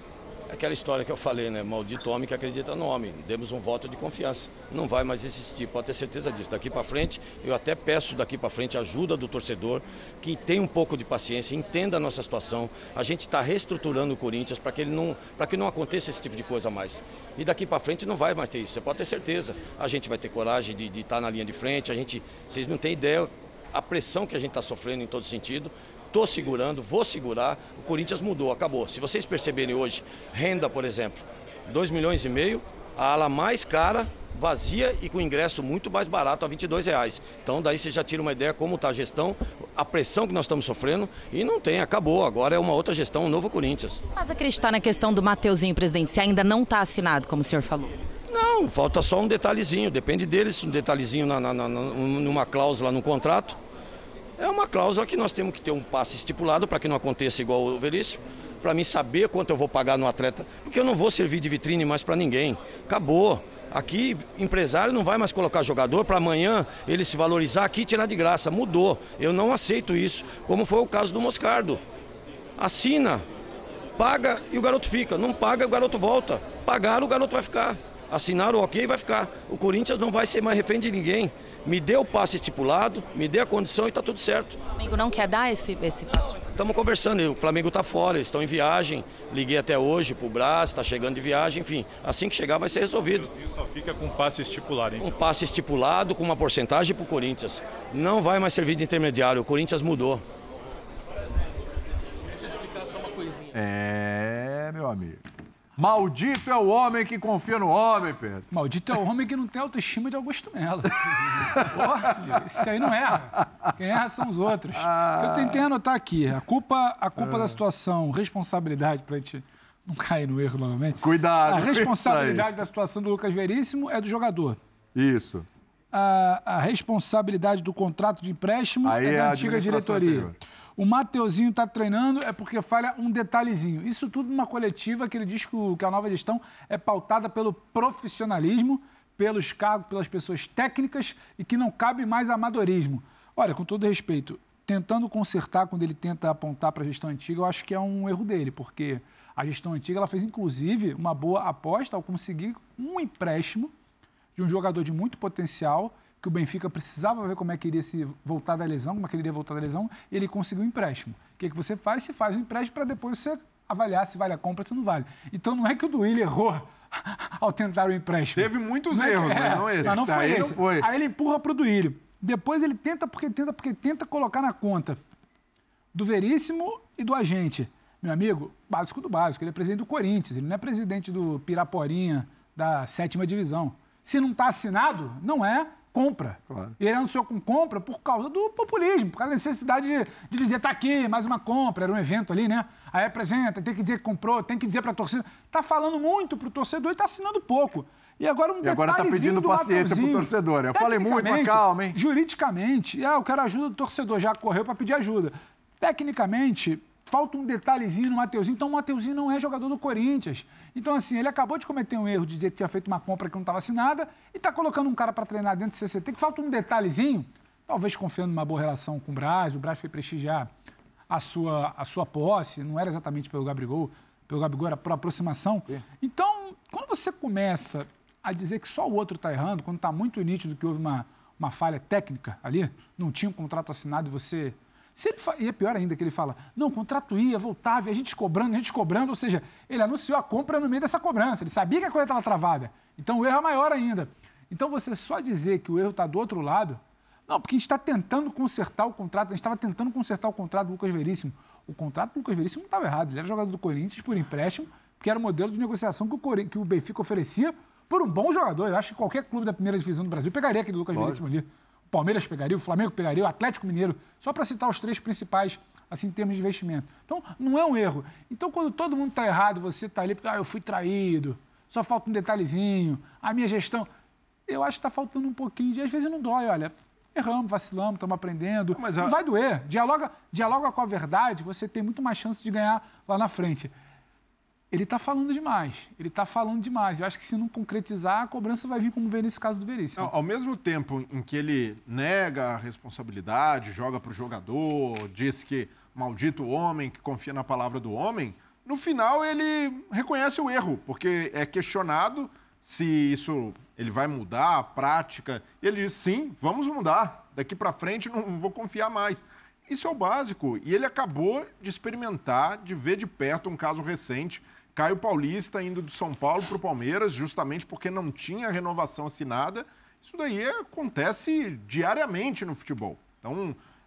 É aquela história que eu falei, né? Maldito homem que acredita no homem. Demos um voto de confiança. Não vai mais existir, pode ter certeza disso. Daqui para frente, eu até peço daqui para frente ajuda do torcedor, que tenha um pouco de paciência, entenda a nossa situação. A gente está reestruturando o Corinthians para que não aconteça esse tipo de coisa mais. E daqui para frente não vai mais ter isso, você pode ter certeza. A gente vai ter coragem de estar na linha de frente, vocês não têm ideia a pressão que a gente está sofrendo em todo sentido. tô segurando, vou segurar. O Corinthians mudou, acabou. Se vocês perceberem hoje, renda, por exemplo, 2,5 milhões, a ala mais cara, vazia e com ingresso muito mais barato, a R$22. Então daí você já tira uma ideia como está a gestão, a pressão que nós estamos sofrendo, e não tem, acabou. Agora é uma outra gestão, um novo Corinthians. Mas acreditar na questão do Mateuzinho, presidente, se ainda não está assinado, como o senhor falou? Não, falta só um detalhezinho, depende deles, um detalhezinho numa cláusula no contrato. É uma cláusula que nós temos que ter um passe estipulado para que não aconteça igual o Veríssimo, para mim saber quanto eu vou pagar no atleta, porque eu não vou servir de vitrine mais para ninguém. Acabou. Aqui, empresário não vai mais colocar jogador para amanhã ele se valorizar aqui e tirar de graça. Mudou. Eu não aceito isso, como foi o caso do Moscardo. Assina, paga e o garoto fica. Não paga, o garoto volta. Pagar, o garoto vai ficar. Assinaram, ok, vai ficar. O Corinthians não vai ser mais refém de ninguém. Me dê o passe estipulado, me dê a condição e está tudo certo. O Flamengo não quer dar esse passe? Estamos conversando, o Flamengo está fora, eles estão em viagem. Liguei até hoje para o Brás, está chegando de viagem, enfim. Assim que chegar vai ser resolvido. Só fica com passe estipulado, hein? Um passe estipulado com uma porcentagem para o Corinthians. Não vai mais servir de intermediário, o Corinthians mudou. Deixa eu explicar só uma coisinha. Meu amigo. Maldito é o homem que confia no homem, Pedro. Maldito é o homem que não tem autoestima de Augusto Melo. Porra, isso aí não erra. Quem erra são os outros. Eu tentei anotar aqui. A culpa da situação, responsabilidade, pra gente não cair no erro novamente. Cuidado. A responsabilidade da situação do Lucas Veríssimo é do jogador. Isso. A responsabilidade do contrato de empréstimo é da antiga diretoria. Anterior. O Mateuzinho está treinando é porque falha um detalhezinho. Isso tudo numa coletiva que ele diz que a nova gestão é pautada pelo profissionalismo, pelos cargos, pelas pessoas técnicas e que não cabe mais amadorismo. Olha, com todo respeito, tentando consertar quando ele tenta apontar para a gestão antiga, eu acho que é um erro dele, porque a gestão antiga ela fez, inclusive, uma boa aposta ao conseguir um empréstimo de um jogador de muito potencial, que o Benfica precisava ver como é que iria se voltar da lesão, como é que ele iria voltar da lesão, e ele conseguiu um empréstimo. O que você faz? Você faz um empréstimo para depois você avaliar se vale a compra ou se não vale. Então não é que o Duílio errou ao tentar o empréstimo. Teve muitos erros, mas não esse. Mas não foi esse. Não foi. Aí ele empurra para o Duílio. Depois ele tenta colocar na conta do Veríssimo e do agente. Meu amigo, básico do básico. Ele é presidente do Corinthians, ele não é presidente do Piraporinha, da 7ª divisão. Se não está assinado, não é compra. Claro. E ele anunciou com compra por causa do populismo, por causa da necessidade de dizer, tá aqui, mais uma compra, era um evento ali, né? Aí apresenta, tem que dizer que comprou, tem que dizer para a torcida. Tá falando muito pro torcedor e tá assinando pouco. E agora tá pedindo paciência pro torcedor. Eu falei muito, mas calma, hein? Juridicamente, eu quero ajuda do torcedor, já correu para pedir ajuda. Tecnicamente, falta um detalhezinho no Mateuzinho, então o Mateuzinho não é jogador do Corinthians. Então, assim, ele acabou de cometer um erro de dizer que tinha feito uma compra que não estava assinada e está colocando um cara para treinar dentro do CCT, que falta um detalhezinho, talvez confiando numa boa relação com o Brás foi prestigiar a sua posse, não era exatamente pelo Gabigol era por aproximação. Sim. Então, quando você começa a dizer que só o outro está errando, quando está muito nítido que houve uma falha técnica ali, não tinha um contrato assinado e você... E é pior ainda que ele fala, não, o contrato ia, voltava, e a gente cobrando, ou seja, ele anunciou a compra no meio dessa cobrança, ele sabia que a coisa estava travada, então o erro é maior ainda. Então você só dizer que o erro está do outro lado, não, porque a gente está tentando consertar o contrato, a gente estava tentando consertar o contrato do Lucas Veríssimo. O contrato do Lucas Veríssimo não estava errado, ele era jogador do Corinthians por empréstimo, que era o modelo de negociação que o Benfica oferecia por um bom jogador. Eu acho que qualquer clube da primeira divisão do Brasil pegaria aquele Lucas Veríssimo ali. O Palmeiras pegaria, o Flamengo pegaria, o Atlético Mineiro, só para citar os 3 principais, assim, em termos de investimento. Então, não é um erro. Então, quando todo mundo está errado, você está ali, porque eu fui traído, só falta um detalhezinho, a minha gestão... Eu acho que está faltando um pouquinho, e às vezes não dói, olha, erramos, vacilamos, estamos aprendendo, não vai doer. Dialoga com a verdade, você tem muito mais chance de ganhar lá na frente. Ele está falando demais. Eu acho que se não concretizar, a cobrança vai vir como veio nesse caso do Veríssimo. Ao mesmo tempo em que ele nega a responsabilidade, joga para o jogador, diz que maldito homem que confia na palavra do homem, no final ele reconhece o erro, porque é questionado se isso ele vai mudar a prática. E ele diz, sim, vamos mudar. Daqui para frente não vou confiar mais. Isso é o básico. E ele acabou de experimentar, de ver de perto um caso recente, Caio Paulista indo do São Paulo para o Palmeiras, justamente porque não tinha renovação assinada. Isso daí acontece diariamente no futebol. Então,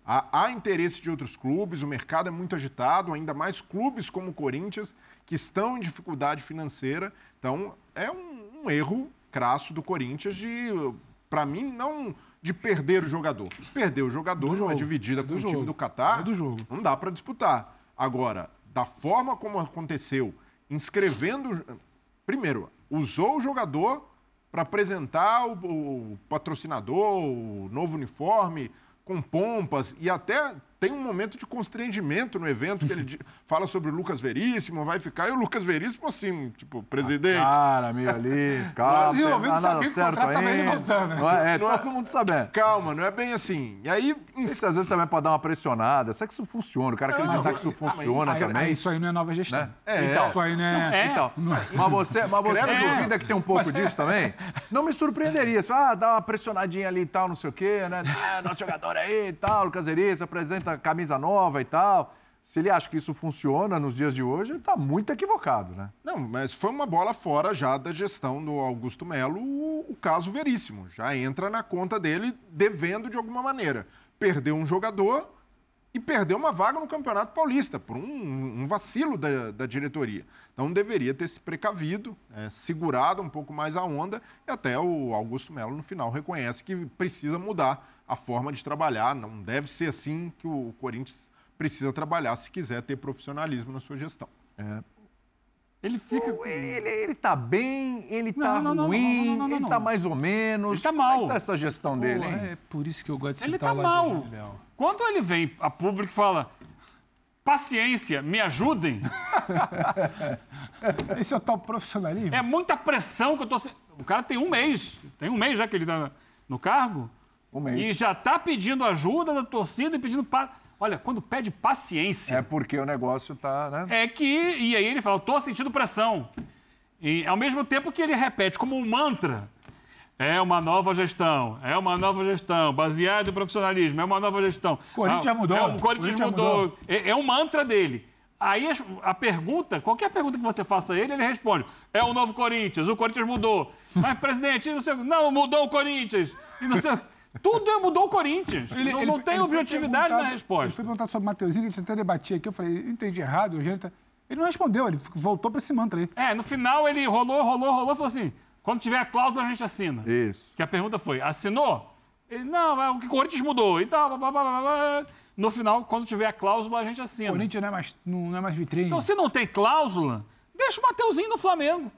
Há interesse de outros clubes, o mercado é muito agitado, ainda mais clubes como o Corinthians, que estão em dificuldade financeira. Então, é um erro crasso do Corinthians para mim, não de perder o jogador. Perder o jogador numa dividida com o time do Catar, não dá para disputar. Agora, da forma como aconteceu, inscrevendo... Primeiro, usou o jogador para apresentar o patrocinador, o novo uniforme, com pompas, e até tem um momento de constrangimento no evento que ele fala sobre o Lucas Veríssimo, vai ficar, e o Lucas Veríssimo assim, tipo, presidente... Cara, meio ali, calma, não tá nada certo ainda. Todo mundo sabendo. Calma, não é bem assim. E aí... Isso às vezes também pode dar uma pressionada, sabe que isso funciona, o cara acredita que isso funciona também. Isso aí não é nova gestão. Né? Então, isso aí não é... Então, mas você não duvida que tem um pouco disso também? Não me surpreenderia. Dá uma pressionadinha ali e tal, não sei o quê, né? Nosso jogador aí e tal, Lucas Veríssimo apresenta camisa nova e tal. Se ele acha que isso funciona nos dias de hoje, ele está muito equivocado, né? Não, mas foi uma bola fora já da gestão do Augusto Melo o caso Veríssimo. Já entra na conta dele devendo de alguma maneira. Perdeu um jogador e perdeu uma vaga no Campeonato Paulista por um vacilo da diretoria. Então deveria ter se precavido, segurado um pouco mais a onda, e até o Augusto Melo no final reconhece que precisa mudar a forma de trabalhar. Não deve ser assim que o Corinthians precisa trabalhar se quiser ter profissionalismo na sua gestão. Ele fica... Ele tá bem, ele tá ruim, ele tá mais ou menos. Ele tá mal. Como é que tá essa gestão dele, hein? É por isso que eu gosto de citar ele tá mal. Quando ele vem a público e fala, paciência, me ajudem. Esse é o tal profissionalismo. É muita pressão que eu tô... O cara tem um mês já que ele tá no cargo. Um mês. E já tá pedindo ajuda da torcida e pedindo... Olha, quando pede paciência... É porque o negócio tá, né? E aí ele fala, tô sentindo pressão. E ao mesmo tempo que ele repete como um mantra, é uma nova gestão, baseado em profissionalismo, é uma nova gestão. O Corinthians já mudou. O Corinthians mudou. É um mantra dele. Aí a pergunta, qualquer pergunta que você faça a ele, ele responde, é o novo Corinthians, o Corinthians mudou. Mas, presidente, não mudou o Corinthians. E não sei... Tudo mudou o Corinthians. Não tem objetividade na resposta. Ele foi perguntado sobre o Mateuzinho, que a gente até debatia aqui. Eu falei, entendi errado. Ele não respondeu, ele voltou para esse mantra aí. No final ele rolou, falou assim, quando tiver a cláusula a gente assina. Isso. Que a pergunta foi, assinou? Ele, não, o Corinthians mudou e tal. No final, quando tiver a cláusula a gente assina. O Corinthians não é mais vitrine. Então, se não tem cláusula, deixa o Mateuzinho no Flamengo.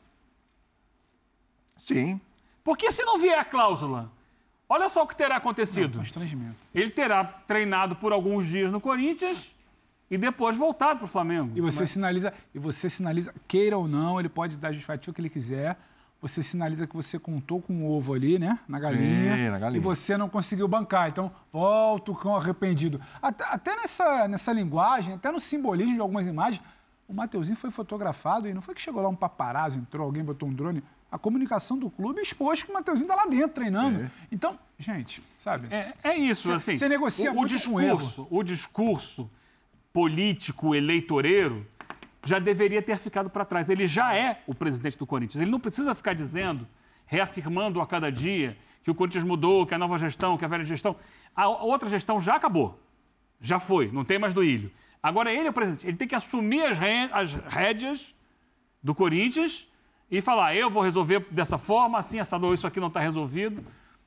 Sim. Porque se não vier a cláusula... Olha só o que terá acontecido. Constrangimento. Ele terá treinado por alguns dias no Corinthians e depois voltado para o Flamengo. E você sinaliza, queira ou não, ele pode dar a justificativa que ele quiser. Você sinaliza que você contou com o ovo ali, né? Na galinha. Sim, na galinha. E você não conseguiu bancar. Então, volta o cão arrependido. Até nessa linguagem, até no simbolismo de algumas imagens, o Mateuzinho foi fotografado e não foi que chegou lá um paparazzo, entrou, alguém botou um drone... A comunicação do clube expôs que o Mateuzinho está lá dentro treinando. Então, gente, sabe? É isso, assim. Você negocia muito com erro. O discurso político, eleitoreiro, já deveria ter ficado para trás. Ele já é o presidente do Corinthians. Ele não precisa ficar dizendo, reafirmando a cada dia que o Corinthians mudou, que a nova gestão, que a velha gestão. A outra gestão já acabou. Já foi, não tem mais do Ilho. Agora ele é o presidente. Ele tem que assumir as rédeas do Corinthians e falar, eu vou resolver dessa forma, assim, assado, isso aqui não está resolvido.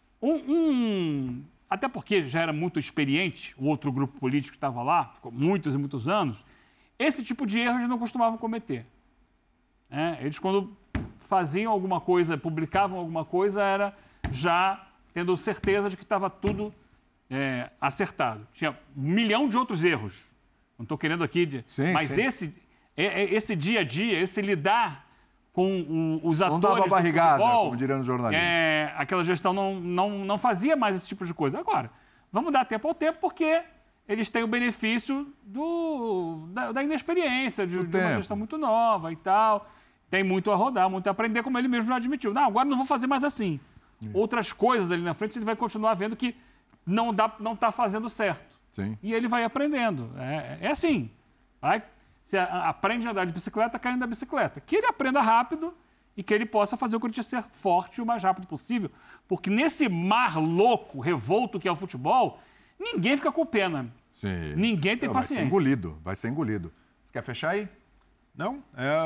Até porque já era muito experiente, o outro grupo político que estava lá, ficou muitos e muitos anos, esse tipo de erro eles não costumavam cometer. Eles, quando faziam alguma coisa, publicavam alguma coisa, era já tendo certeza de que estava tudo acertado. Tinha 1 milhão de outros erros. Não estou querendo aqui... Mas esse dia a dia, esse lidar... com os atores não dava barrigada, do futebol, como diriam os jornalistas. Aquela gestão não fazia mais esse tipo de coisa. Agora, vamos dar tempo ao tempo, porque eles têm o benefício da inexperiência, de uma gestão muito nova e tal. Tem muito a rodar, muito a aprender, como ele mesmo já admitiu. Não, agora não vou fazer mais assim. Outras coisas ali na frente, ele vai continuar vendo que não está fazendo certo. Sim. E ele vai aprendendo. É assim. Você aprende a andar de bicicleta caindo da bicicleta. Que ele aprenda rápido e que ele possa fazer o Corinthians ser forte o mais rápido possível. Porque nesse mar louco, revolto que é o futebol, ninguém fica com pena. Sim. Ninguém tem paciência. Vai ser engolido. Você quer fechar aí? Não,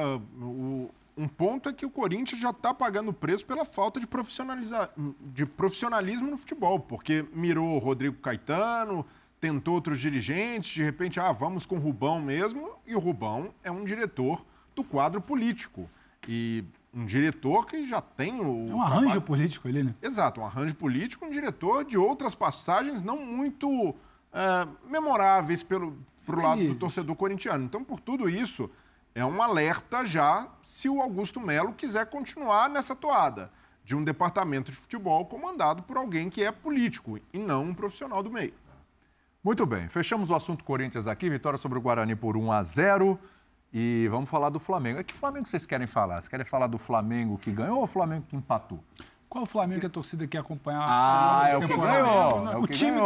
um ponto é que o Corinthians já está pagando o preço pela falta de profissionalismo no futebol, porque mirou o Rodrigo Caetano, tentou outros dirigentes, de repente, vamos com o Rubão mesmo, e o Rubão é um diretor do quadro político. E um diretor que já tem o... É um arranjo político ali, né? Exato, um arranjo político, um diretor de outras passagens não muito memoráveis pro lado do torcedor corintiano. Então, por tudo isso, é um alerta já se o Augusto Melo quiser continuar nessa toada de um departamento de futebol comandado por alguém que é político e não um profissional do meio. Muito bem, fechamos o assunto Corinthians aqui, vitória sobre o Guarani por 1-0 e vamos falar do Flamengo. Que Flamengo vocês querem falar? Vocês querem falar do Flamengo que ganhou ou o Flamengo que empatou? Qual o Flamengo que a torcida quer acompanhar? É o que ganhou.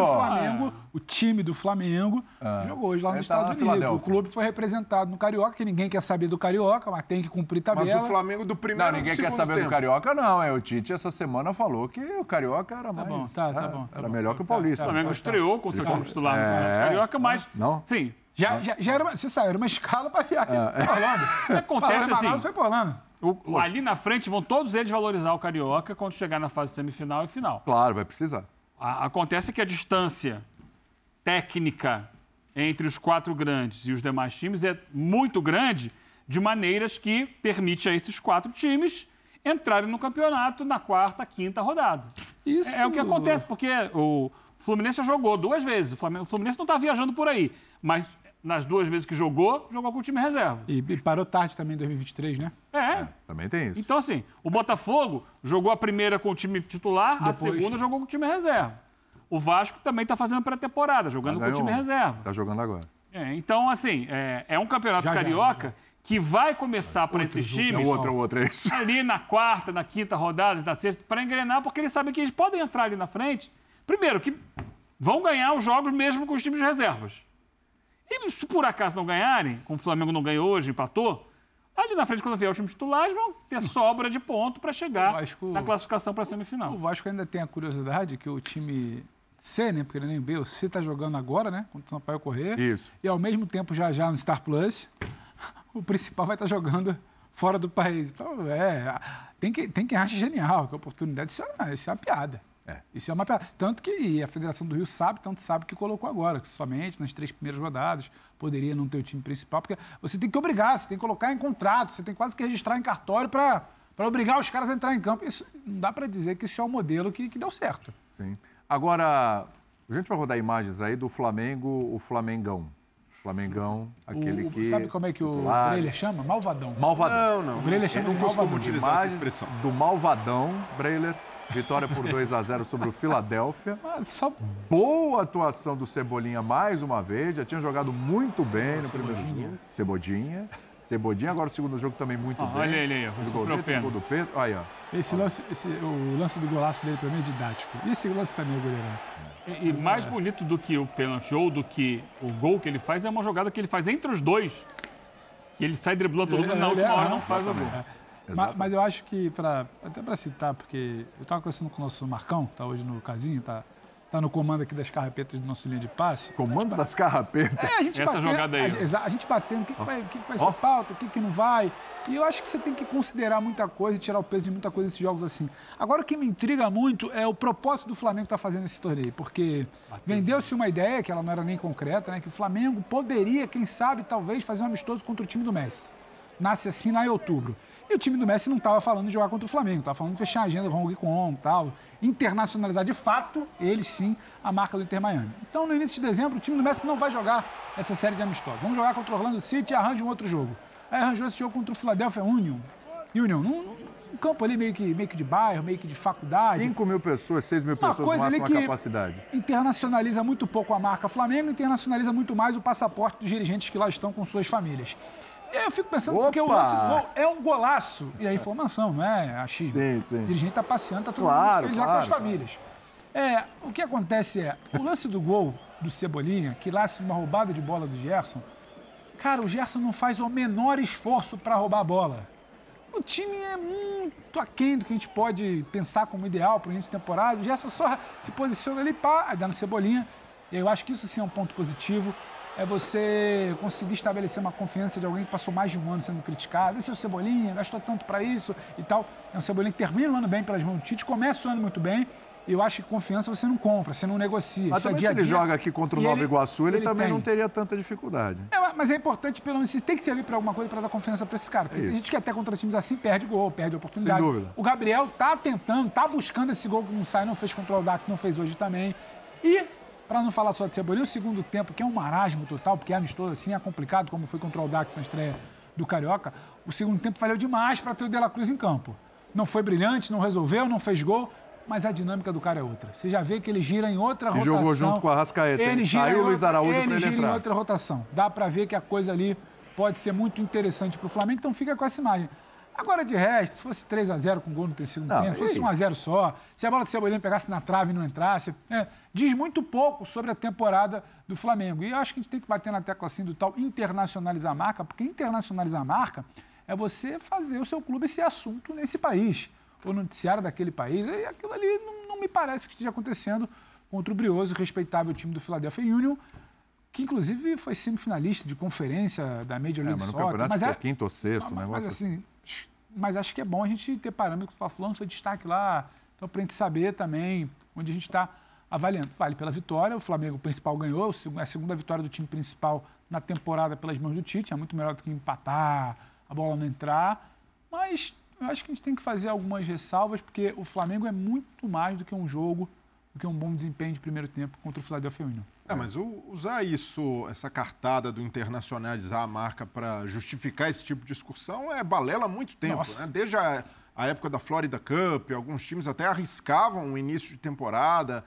O time do Flamengo jogou hoje lá nos Estados Unidos. O clube foi representado no Carioca, que ninguém quer saber do Carioca, mas tem que cumprir tabela. Mas o Flamengo do primeiro ninguém quer saber do Carioca, não. O Tite essa semana falou que o Carioca era mais... Tá bom. Era melhor que o Paulista. O Flamengo estreou com o seu time titular no Campeonato Carioca, mas... Não? Sim. Já era você sabe, era uma escala para viagem para Orlando. Acontece assim. Foi para Orlando. Ali na frente vão todos eles valorizar o Carioca quando chegar na fase semifinal e final. Claro, vai precisar. Acontece que a distância técnica entre os 4 grandes e os demais times é muito grande, de maneiras que permite a esses 4 times entrarem no campeonato na 4ª, 5ª rodada. Isso. É o que acontece, porque o Fluminense já jogou 2 vezes. O Fluminense não está viajando por aí, mas nas 2 vezes que jogou com o time reserva. E parou tarde também em 2023, né? Também tem isso. Então, assim, o Botafogo jogou a primeira com o time titular, a segunda jogou com o time reserva. O Vasco também está fazendo pré-temporada, jogando com o time reserva. Está jogando agora. Então, assim, é um campeonato carioca que vai começar para esses times É isso. ali na 4ª, na 5ª rodada, na 6ª, para engrenar, porque eles sabem que eles podem entrar ali na frente. Primeiro, que vão ganhar os jogos mesmo com os times de reservas. E se por acaso não ganharem, como o Flamengo não ganhou hoje, empatou, ali na frente, quando vier os times titulares, vão ter sobra de ponto para chegar na classificação para a semifinal. O Vasco ainda tem a curiosidade que o time C, né? Porque ele nem vê, o C está jogando agora, né? Contra o Sampaio Corrêa. Isso. E ao mesmo tempo, já no Star Plus, o principal vai estar jogando fora do país. Então, tem quem acha genial, que a oportunidade, isso é uma piada. Isso é uma piada. Tanto que a Federação do Rio sabe que colocou agora, que somente nas 3 primeiras rodadas poderia não ter o time principal, porque você tem que obrigar, você tem que colocar em contrato, você tem quase que registrar em cartório para obrigar os caras a entrar em campo. Isso não dá para dizer que isso é um modelo que deu certo. Sim. Agora, a gente vai rodar imagens aí do Flamengo, o Flamengão. Flamengão, aquele que... Sabe como é que o Breler chama? Malvadão. Não. O Breler chama de Malvadão. Utilizar essa expressão. Do Malvadão, Breler. Vitória por 2-0 sobre o Philadelphia. Boa atuação do Cebolinha mais uma vez. Já tinha jogado muito bem no primeiro jogo. Cebodinha, agora o segundo jogo também muito bem. Olha ele aí, sofreu pênalti. Do Pedro. Aí, ó. O lance do golaço dele, para mim, é didático. E esse lance também é goleirão. E mais bonito do que o pênalti ou do que o gol que ele faz é uma jogada que ele faz entre os dois. Que ele sai driblando todo mundo, na última hora não faz o gol. Mas eu acho que, até para citar, porque eu estava conversando com o nosso Marcão, está hoje no casinho, está no comando aqui das carrapetas do nosso linha de passe. Comando das carrapetas? Jogada aí. A gente batendo, o que vai ser pauta, o que não vai. E eu acho que você tem que considerar muita coisa e tirar o peso de muita coisa nesses jogos assim. Agora, o que me intriga muito é o propósito do Flamengo estar fazendo esse torneio, porque vendeu-se uma ideia, que ela não era nem concreta, né, que o Flamengo poderia, quem sabe, talvez, fazer um amistoso contra o time do Messi. Nasce assim lá em outubro. E o time do Messi não estava falando de jogar contra o Flamengo, estava falando de fechar a agenda do Hong Kong e tal, internacionalizar de fato, ele sim, a marca do Inter Miami. Então, no início de dezembro, o time do Messi não vai jogar essa série de amistosos. Vamos jogar contra o Orlando City e arranja um outro jogo. Aí arranjou esse jogo contra o Philadelphia Union, num campo ali meio que de bairro, meio que de faculdade. 5 mil pessoas, 6 mil pessoas, máxima capacidade. Internacionaliza muito pouco a marca Flamengo, internacionaliza muito mais o passaporte dos dirigentes que lá estão com suas famílias. E aí eu fico pensando, porque o lance do gol é um golaço. E a informação, não é achismo. Sim. O dirigente está passeando, está todo mundo feliz lá com as famílias. O que acontece o lance do gol do Cebolinha, que lá uma roubada de bola do Gerson, cara, o Gerson não faz o menor esforço para roubar a bola. O time é muito aquém do que a gente pode pensar como ideal para o início de temporada. O Gerson só se posiciona ali, aí dá no Cebolinha. E eu acho que isso sim é um ponto positivo, é você conseguir estabelecer uma confiança de alguém que passou mais de um ano sendo criticado. Esse é o Cebolinha, gastou tanto para isso e tal. É um Cebolinha que termina o ano bem pelas mãos do Tite, começa o ano muito bem. E eu acho que confiança você não compra, você não negocia. Mas também se ele joga aqui contra o Nova Iguaçu, ele também não teria tanta dificuldade. Mas é importante, pelo menos, tem que servir para alguma coisa para dar confiança para esse cara. Porque tem gente que até contra times assim perde gol, perde oportunidade. Sem dúvida. O Gabriel tá tentando, tá buscando esse gol que não sai, não fez contra o Audax, não fez hoje também. E, para não falar só de Cebolinha, o segundo tempo, que é um marasmo total, porque é amistoso assim, é complicado, como foi contra o Audax na estreia do Carioca, o segundo tempo valeu demais para ter o De La Cruz em campo. Não foi brilhante, não resolveu, não fez gol, mas a dinâmica do cara é outra. Você já vê que ele gira em outra rotação. E jogou junto com a Arrascaeta. Saiu o Luiz Araújo para ele entrar. Ele gira em outra rotação. Dá para ver que a coisa ali pode ser muito interessante para o Flamengo, então fica com essa imagem. Agora, de resto, se fosse 3-0 com gol no segundo tempo, se fosse 1-0 só, se a bola do Cebolinha pegasse na trave e não entrasse, diz muito pouco sobre a temporada do Flamengo. E eu acho que a gente tem que bater na tecla assim do tal internacionalizar a marca, porque internacionalizar a marca é você fazer o seu clube ser assunto nesse país, ou no noticiário daquele país, e aquilo ali não me parece que esteja acontecendo contra o brioso e respeitável time do Philadelphia Union, que inclusive foi semifinalista de conferência da Major League Soccer. Mas no campeonato foi quinto ou sexto, negócio assim. Mas acho que é bom a gente ter parâmetros, que o Fla-Flu foi destaque lá, então para a gente saber também onde a gente está avaliando. Vale pela vitória, o Flamengo principal ganhou, a segunda vitória do time principal na temporada pelas mãos do Tite, é muito melhor do que empatar, a bola não entrar, mas eu acho que a gente tem que fazer algumas ressalvas, porque o Flamengo é muito mais do que um jogo, do que um bom desempenho de primeiro tempo contra o Philadelphia Union. Mas usar essa cartada do internacionalizar a marca para justificar esse tipo de discussão é balela há muito tempo. Né? Desde a época da Florida Cup, alguns times até arriscavam o início de temporada,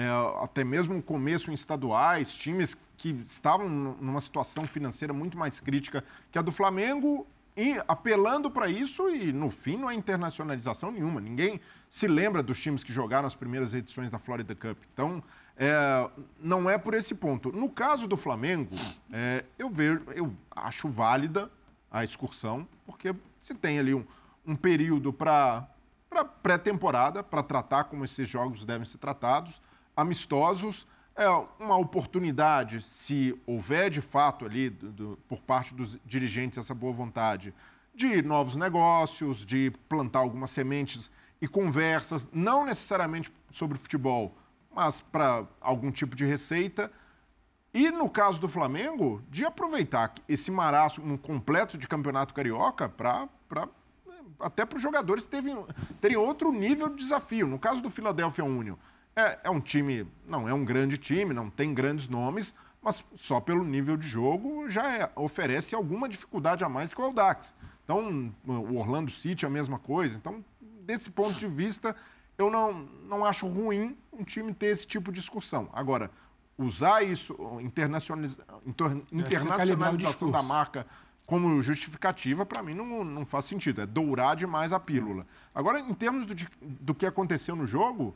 até mesmo o começo em estaduais, times que estavam numa situação financeira muito mais crítica que a do Flamengo, e apelando para isso, e no fim não é internacionalização nenhuma. Ninguém se lembra dos times que jogaram as primeiras edições da Florida Cup. Então, não é por esse ponto. No caso do Flamengo, eu acho válida a excursão, porque se tem ali um período para pré-temporada, para tratar como esses jogos devem ser tratados, amistosos, é uma oportunidade, se houver de fato ali, por parte dos dirigentes, essa boa vontade, de novos negócios, de plantar algumas sementes e conversas, não necessariamente sobre futebol, mas para algum tipo de receita. E no caso do Flamengo, de aproveitar esse marasmo completo de campeonato carioca até para os jogadores terem outro nível de desafio. No caso do Philadelphia Union, é um time, não é um grande time, não tem grandes nomes, mas só pelo nível de jogo já oferece alguma dificuldade a mais que o Audax. Então, o Orlando City é a mesma coisa. Então, desse ponto de vista, eu não acho ruim um time ter esse tipo de discussão. Agora, usar isso, internacionalização da marca como justificativa, para mim não faz sentido. É dourar demais a pílula. Agora, em termos do que aconteceu no jogo,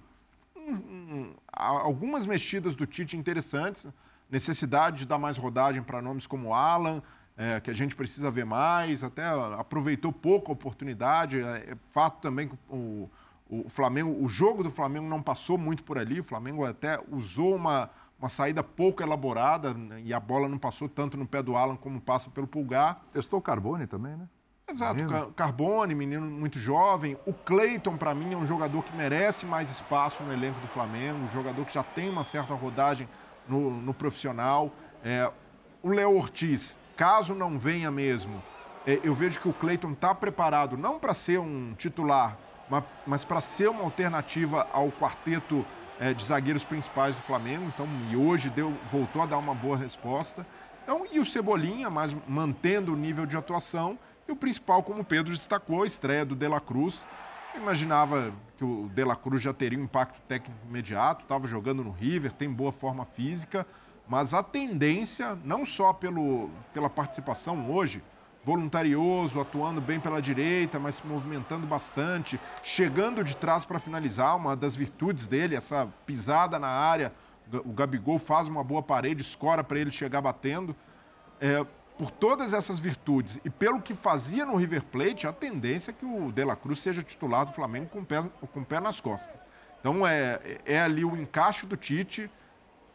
algumas mexidas do Tite interessantes, necessidade de dar mais rodagem para nomes como Alan, que a gente precisa ver mais, até aproveitou pouco a oportunidade. É fato também que o Flamengo, o jogo do Flamengo não passou muito por ali, o Flamengo até usou uma saída pouco elaborada, né, e a bola não passou tanto no pé do Alan como passa pelo Pulgar. Testou o Carbone também, né? Exato, Carbone, menino muito jovem. O Cleiton, para mim, é um jogador que merece mais espaço no elenco do Flamengo, um jogador que já tem uma certa rodagem no profissional. O Léo Ortiz, caso não venha mesmo, eu vejo que o Cleiton está preparado não para ser um titular, mas para ser uma alternativa ao quarteto de zagueiros principais do Flamengo. Então, e hoje voltou a dar uma boa resposta. Então, e o Cebolinha, mas mantendo o nível de atuação. E o principal, como o Pedro destacou, a estreia do De La Cruz. Eu imaginava que o De La Cruz já teria um impacto técnico imediato, estava jogando no River, tem boa forma física, mas a tendência, não só pela participação hoje, voluntarioso, atuando bem pela direita, mas se movimentando bastante, chegando de trás para finalizar, uma das virtudes dele, essa pisada na área, o Gabigol faz uma boa parede, escora para ele chegar batendo. Por todas essas virtudes e pelo que fazia no River Plate, a tendência é que o De La Cruz seja titular do Flamengo com o pé nas costas. Então, é ali o encaixe do Tite.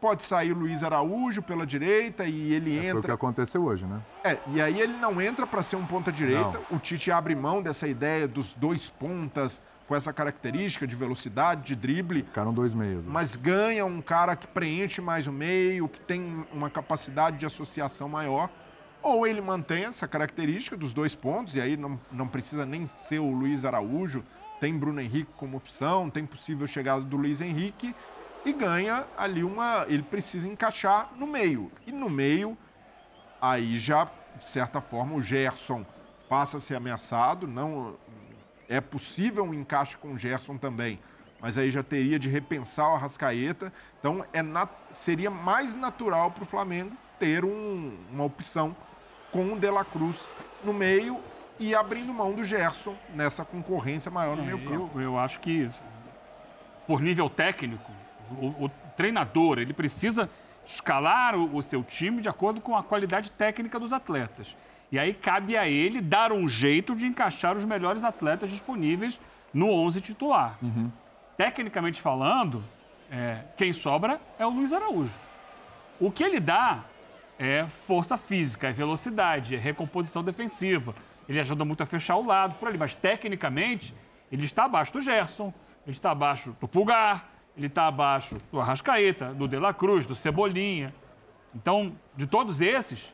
pode sair o Luiz Araújo pela direita e ele entra... Foi o que aconteceu hoje, né? E aí ele não entra para ser um ponta-direita. O Tite abre mão dessa ideia dos 2 pontas com essa característica de velocidade, de drible. Ficaram 2 meias. Mas ganha um cara que preenche mais o meio, que tem uma capacidade de associação maior. Ou ele mantém essa característica dos 2 pontos, e aí não precisa nem ser o Luiz Araújo, tem Bruno Henrique como opção, tem possível chegada do Luiz Henrique, e ganha ali ele precisa encaixar no meio. E no meio, aí já, de certa forma, o Gerson passa a ser ameaçado. Não é possível um encaixe com o Gerson também, mas aí já teria de repensar o Arrascaeta. Então, seria mais natural para o Flamengo ter uma opção com o De La Cruz no meio e abrindo mão do Gerson nessa concorrência maior no meio campo. Eu acho que, por nível técnico, o treinador ele precisa escalar o seu time de acordo com a qualidade técnica dos atletas. E aí cabe a ele dar um jeito de encaixar os melhores atletas disponíveis no 11 titular. Tecnicamente falando, quem sobra é o Luiz Araújo. O que ele dá é força física, é velocidade, é recomposição defensiva. Ele ajuda muito a fechar o lado por ali, mas tecnicamente ele está abaixo do Gerson, ele está abaixo do Pulgar, ele está abaixo do Arrascaeta, do De La Cruz, do Cebolinha. Então, de todos esses,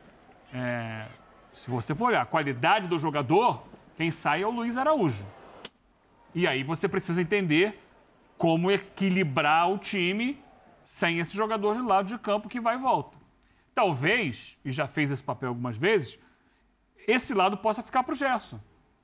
se você for olhar a qualidade do jogador, quem sai é o Luiz Araújo. E aí você precisa entender como equilibrar o time sem esse jogador de lado de campo que vai e volta. Talvez, e já fez esse papel algumas vezes, esse lado possa ficar para o Gerson.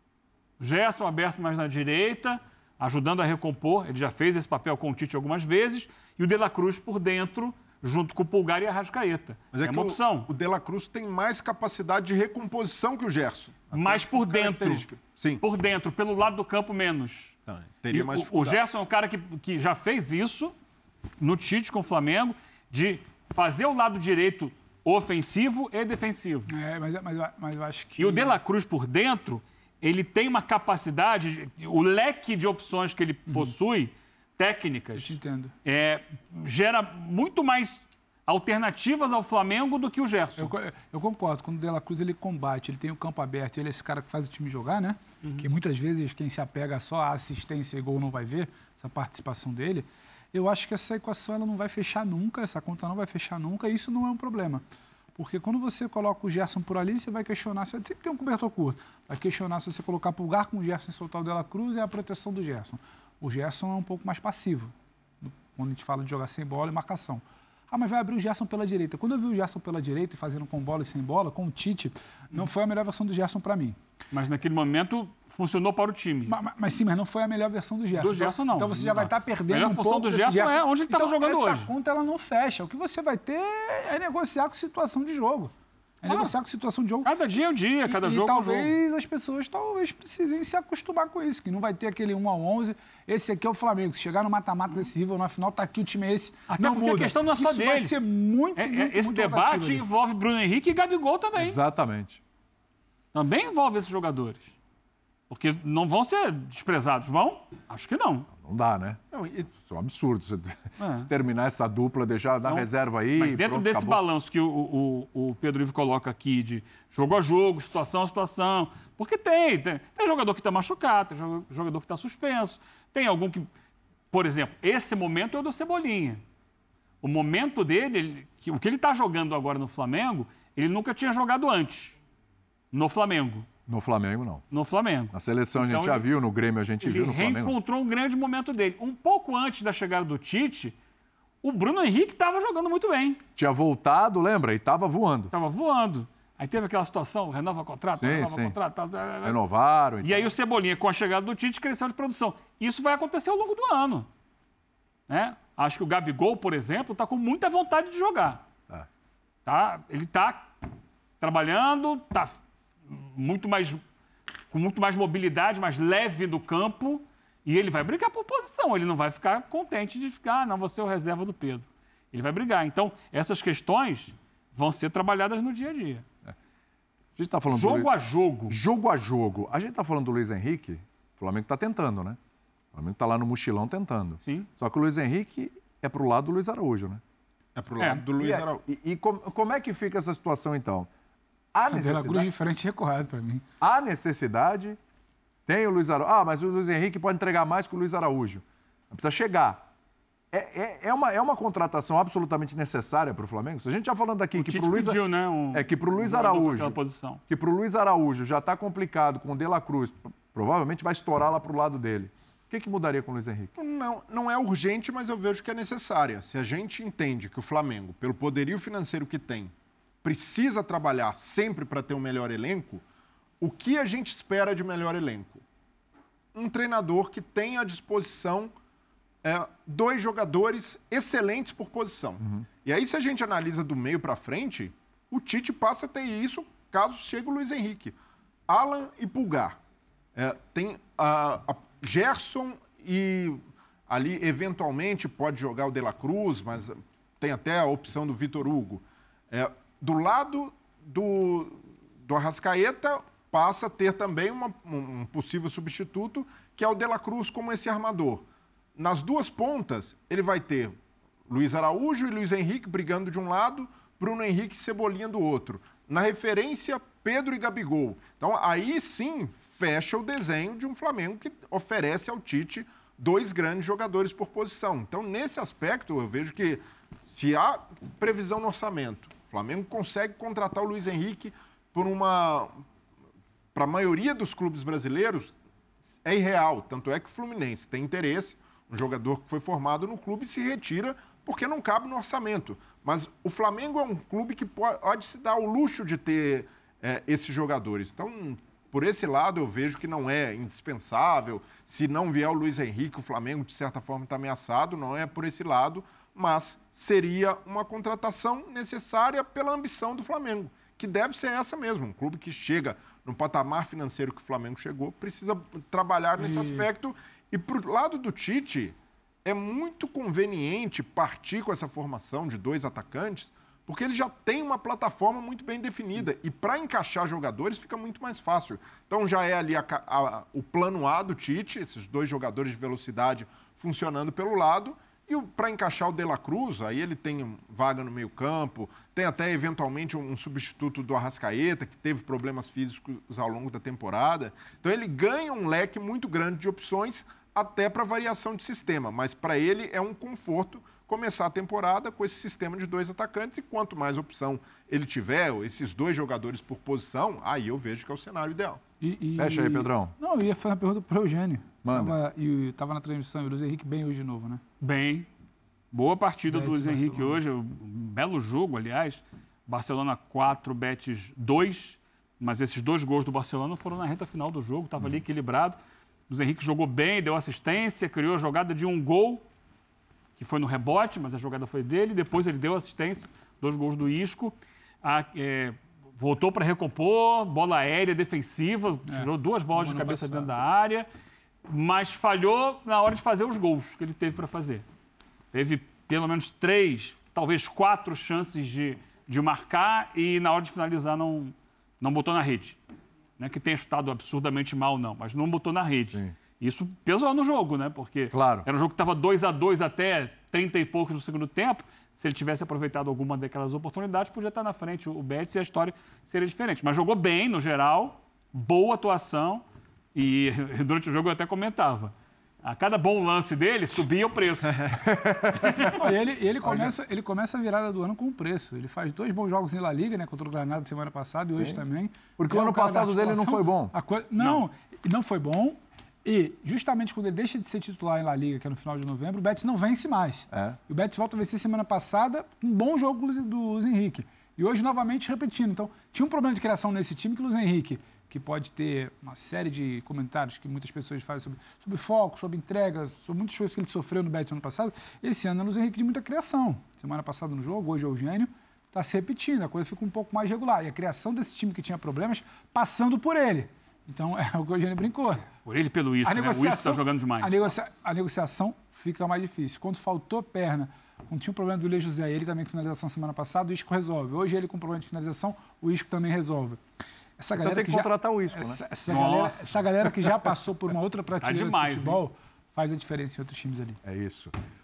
O Gerson aberto mais na direita, ajudando a recompor. Ele já fez esse papel com o Tite algumas vezes. E o De La Cruz por dentro, junto com o Pulgar e a Arrascaeta. Mas é uma opção. O De La Cruz tem mais capacidade de recomposição que o Gerson. Mas por dentro. Sim. Por dentro, pelo lado do campo, menos. Então, teria mais o Gerson é um cara que já fez isso no Tite com o Flamengo, de fazer o lado direito ofensivo e defensivo. Mas eu acho que... E o De La Cruz por dentro, ele tem uma capacidade, o leque de opções que ele possui, técnicas, eu te entendo. Gera muito mais alternativas ao Flamengo do que o Gerson. Eu concordo. Quando o De La Cruz ele combate, ele tem o campo aberto, ele é esse cara que faz o time jogar, né? Que muitas vezes quem se apega só à assistência e gol não vai ver essa participação dele. Eu acho que essa equação ela não vai fechar nunca, essa conta não vai fechar nunca, e isso não é um problema. Porque quando você coloca o Gerson por ali, você vai questionar, você sempre tem um cobertor curto, vai questionar se você colocar Pulgar com o Gerson e soltar o De La Cruz, é a proteção do Gerson. O Gerson é um pouco mais passivo, quando a gente fala de jogar sem bola e marcação. Mas vai abrir o Gerson pela direita. Quando eu vi o Gerson pela direita, fazendo com bola e sem bola, com o Tite, não foi a melhor versão do Gerson para mim. Mas naquele momento funcionou para o time. Mas sim, mas não foi a melhor versão do Gerson. Do Gerson não. Então você já vai estar perdendo um pouco. A melhor função do Gerson é onde ele estava jogando hoje. Essa conta ela não fecha. O que você vai ter é negociar com situação de jogo. Negociar com situação de jogo. Cada dia é um dia, cada jogo é um jogo. E talvez as pessoas precisem se acostumar com isso, que não vai ter aquele 1-11. Esse aqui é o Flamengo. Se chegar no mata-mata decisivo, na final, tá aqui o time é esse. Até não porque muda. A questão não é só deles. Vai ser muito esse muito debate envolve Bruno Henrique e Gabigol também. Exatamente. Também envolve esses jogadores. Porque não vão ser desprezados, vão? Acho que não. Não dá, né? Não, isso é um absurdo. Você terminar essa dupla, deixar na reserva aí. Mas dentro desse balanço que o Pedro Ivo coloca aqui de jogo a jogo, situação a situação, porque tem jogador que está machucado, tem jogador que está suspenso, tem algum que... Por exemplo, esse momento é o do Cebolinha. O momento dele, o que ele está jogando agora no Flamengo, ele nunca tinha jogado antes no Flamengo. No Flamengo, não. No Flamengo. Na seleção a gente já viu, no Grêmio a gente viu, no Flamengo. Ele reencontrou um grande momento dele. Um pouco antes da chegada do Tite, o Bruno Henrique estava jogando muito bem. Tinha voltado, lembra? E estava voando. Estava voando. Aí teve aquela situação, renova contrato. Renovaram. E aí o Cebolinha, com a chegada do Tite, cresceu de produção. Isso vai acontecer ao longo do ano. Né? Acho que o Gabigol, por exemplo, está com muita vontade de jogar. Ele está trabalhando, está com muito mais mobilidade, mais leve no campo, e ele vai brigar por posição. Ele não vai ficar contente de ficar, não, vou ser o reserva do Pedro. Ele vai brigar. Então, essas questões vão ser trabalhadas no dia a dia. A gente tá falando jogo a jogo. Jogo a jogo. A gente está falando do Luiz Henrique, o Flamengo está tentando, né? O Flamengo está lá no mochilão tentando. Sim. Só que o Luiz Henrique é pro lado do Luiz Araújo, né? É pro lado do Luiz Araújo. E como é que fica essa situação, então? Há necessidade? De la Cruz diferente recorrado para mim. Há necessidade? Tem o Luiz Araújo. Mas o Luiz Henrique pode entregar mais que o Luiz Araújo. Precisa chegar. É uma contratação absolutamente necessária para o Flamengo? Se a gente está falando aqui que para o Luiz... pediu, né? que para o Luiz Araújo... Que para o Luiz Araújo já está complicado com o De La Cruz. Provavelmente vai estourar lá para o lado dele. O que mudaria com o Luiz Henrique? Não é urgente, mas eu vejo que é necessária. Se a gente entende que o Flamengo, pelo poderio financeiro que tem, precisa trabalhar sempre para ter um melhor elenco, o que a gente espera de melhor elenco? Um treinador que tenha à disposição 2 jogadores excelentes por posição. Uhum. E aí, se a gente analisa do meio para frente, o Tite passa a ter isso caso chegue o Luiz Henrique. Alan e Pulgar. Tem a Gerson e ali, eventualmente, pode jogar o De La Cruz, mas tem até a opção do Vitor Hugo. Do lado do Arrascaeta, passa a ter também um possível substituto, que é o De La Cruz como esse armador. Nas duas pontas, ele vai ter Luiz Araújo e Luiz Henrique brigando de um lado, Bruno Henrique e Cebolinha do outro. Na referência, Pedro e Gabigol. Então, aí sim, fecha o desenho de um Flamengo que oferece ao Tite 2 grandes jogadores por posição. Então, nesse aspecto, eu vejo que se há previsão no orçamento, o Flamengo consegue contratar o Luiz Henrique para a maioria dos clubes brasileiros, é irreal. Tanto é que o Fluminense tem interesse, um jogador que foi formado no clube se retira porque não cabe no orçamento. Mas o Flamengo é um clube que pode se dar o luxo de ter esses jogadores. Então, por esse lado, eu vejo que não é indispensável. Se não vier o Luiz Henrique, o Flamengo, de certa forma, está ameaçado. Não é por esse lado, mas seria uma contratação necessária pela ambição do Flamengo, que deve ser essa mesmo. Um clube que chega no patamar financeiro que o Flamengo chegou, precisa trabalhar nesse aspecto. E para o lado do Tite, é muito conveniente partir com essa formação de 2 atacantes, porque ele já tem uma plataforma muito bem definida. Sim. E para encaixar jogadores fica muito mais fácil. Então já é ali o plano A do Tite, esses 2 jogadores de velocidade funcionando pelo lado. E para encaixar o De La Cruz, aí ele tem vaga no meio-campo, tem até eventualmente um substituto do Arrascaeta, que teve problemas físicos ao longo da temporada. Então ele ganha um leque muito grande de opções, até para variação de sistema. Mas para ele é um conforto começar a temporada com esse sistema de 2 atacantes, e quanto mais opção ele tiver, esses 2 jogadores por posição, aí eu vejo que é o cenário ideal. Fecha aí, Pedrão. Não, eu ia fazer uma pergunta para o Eugênio. Manda. Estava na transmissão, e o Luiz Henrique bem hoje de novo, né? Bem. Boa partida do Luiz Henrique hoje. Um belo jogo, aliás. Barcelona 4, Betis 2. Mas esses 2 gols do Barcelona foram na reta final do jogo. Estava ali equilibrado. O Luiz Henrique jogou bem, deu assistência, criou a jogada de 1 gol, que foi no rebote, mas a jogada foi dele. Depois ele deu assistência, 2 gols do Isco. Voltou para recompor, bola aérea defensiva, tirou 2 bolas de cabeça dentro da área, mas falhou na hora de fazer os gols que ele teve para fazer. Teve pelo menos 3, talvez 4 chances de marcar e na hora de finalizar não botou na rede. Não é que tenha chutado absurdamente mal, não, mas não botou na rede. Sim. Isso pesou no jogo, né? Porque era um jogo que estava 2-2 até 30 e poucos no segundo tempo. Se ele tivesse aproveitado alguma daquelas oportunidades, podia estar na frente o Betis e a história seria diferente. Mas jogou bem, no geral, boa atuação. E durante o jogo eu até comentava. A cada bom lance dele, subia o preço. Ele começa a virada do ano com o preço. Ele faz 2 bons jogos em La Liga, né? Contra o Granada semana passada e hoje também. Porque o ano passado dele não foi bom. Não foi bom. E justamente quando ele deixa de ser titular em La Liga, que é no final de novembro, o Betis não vence mais. E o Betis volta a vencer semana passada, um bom jogo do Luiz Henrique. E hoje, novamente, repetindo. Então, tinha um problema de criação nesse time que o Luiz Henrique, que pode ter uma série de comentários que muitas pessoas fazem sobre foco, sobre entrega, sobre muitas coisas que ele sofreu no Betis ano passado. Esse ano é o Luiz Henrique de muita criação. Semana passada no jogo, hoje é o Eugênio, está se repetindo, a coisa fica um pouco mais regular. E a criação desse time que tinha problemas, passando por ele. Então, é o que o Eugênio brincou. Por ele e pelo Isco, né? O Isco está jogando demais. A negociação fica mais difícil. Quando faltou perna, quando tinha um problema do Ilê José, ele também com finalização semana passada, o Isco resolve. Hoje ele com problema de finalização, o Isco também resolve. Essa galera tem que contratar o Isco, né? Essa galera que já passou por uma outra prateleira de futebol faz a diferença em outros times ali. É isso.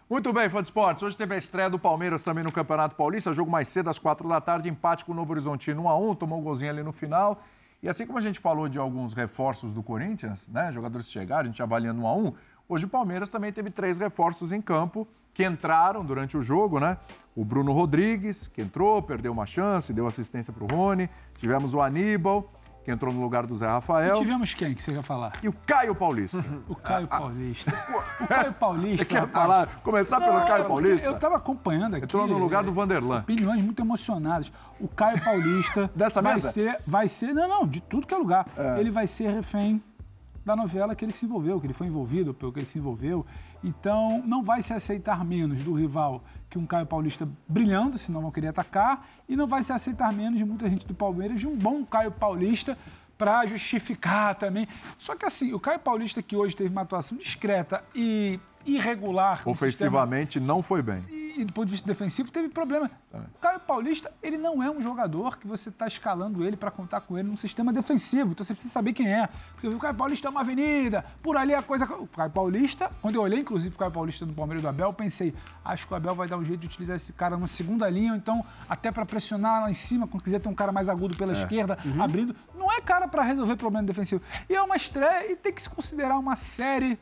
Muito bem, fã de esportes. Hoje teve a estreia do Palmeiras também no Campeonato Paulista. Jogo mais cedo, às 4h, empate com o Novo Horizontino 1-1, tomou um golzinho ali no final. E assim como a gente falou de alguns reforços do Corinthians, né? Jogadores que chegaram, a gente avaliando 1-1, hoje o Palmeiras também teve 3 reforços em campo que entraram durante o jogo, né? O Bruno Rodrigues, que entrou, perdeu uma chance, deu assistência para o Rony. Tivemos o Aníbal, que entrou no lugar do Zé Rafael. E tivemos quem que você quer falar? E o Caio Paulista. O Caio Paulista. O Caio Paulista. Você quer falar? Começar pelo Caio Paulista? Eu estava acompanhando aqui. Entrou no lugar do Vanderlan. Opiniões muito emocionadas. O Caio Paulista Dessa vai ser, não, de tudo que é lugar. Ele vai ser refém da novela que ele se envolveu, que ele foi envolvido, pelo que ele se envolveu. Então, não vai se aceitar menos do rival que um Caio Paulista brilhando, senão vão querer atacar, e não vai se aceitar menos de muita gente do Palmeiras de um bom Caio Paulista para justificar também. Só que assim, o Caio Paulista que hoje teve uma atuação discreta e irregular... Ofensivamente não foi bem. E do ponto de vista defensivo teve problema. O Caio Paulista, ele não é um jogador que você está escalando ele para contar com ele num sistema defensivo. Então você precisa saber quem é. Porque o Caio Paulista é uma avenida, por ali a coisa... O Caio Paulista, quando eu olhei inclusive o Caio Paulista no Palmeiras do Abel, eu pensei, acho que o Abel vai dar um jeito de utilizar esse cara numa segunda linha, ou então até para pressionar lá em cima, quando quiser ter um cara mais agudo pela esquerda, abrindo. Não é cara para resolver problema defensivo. E é uma estreia e tem que se considerar uma série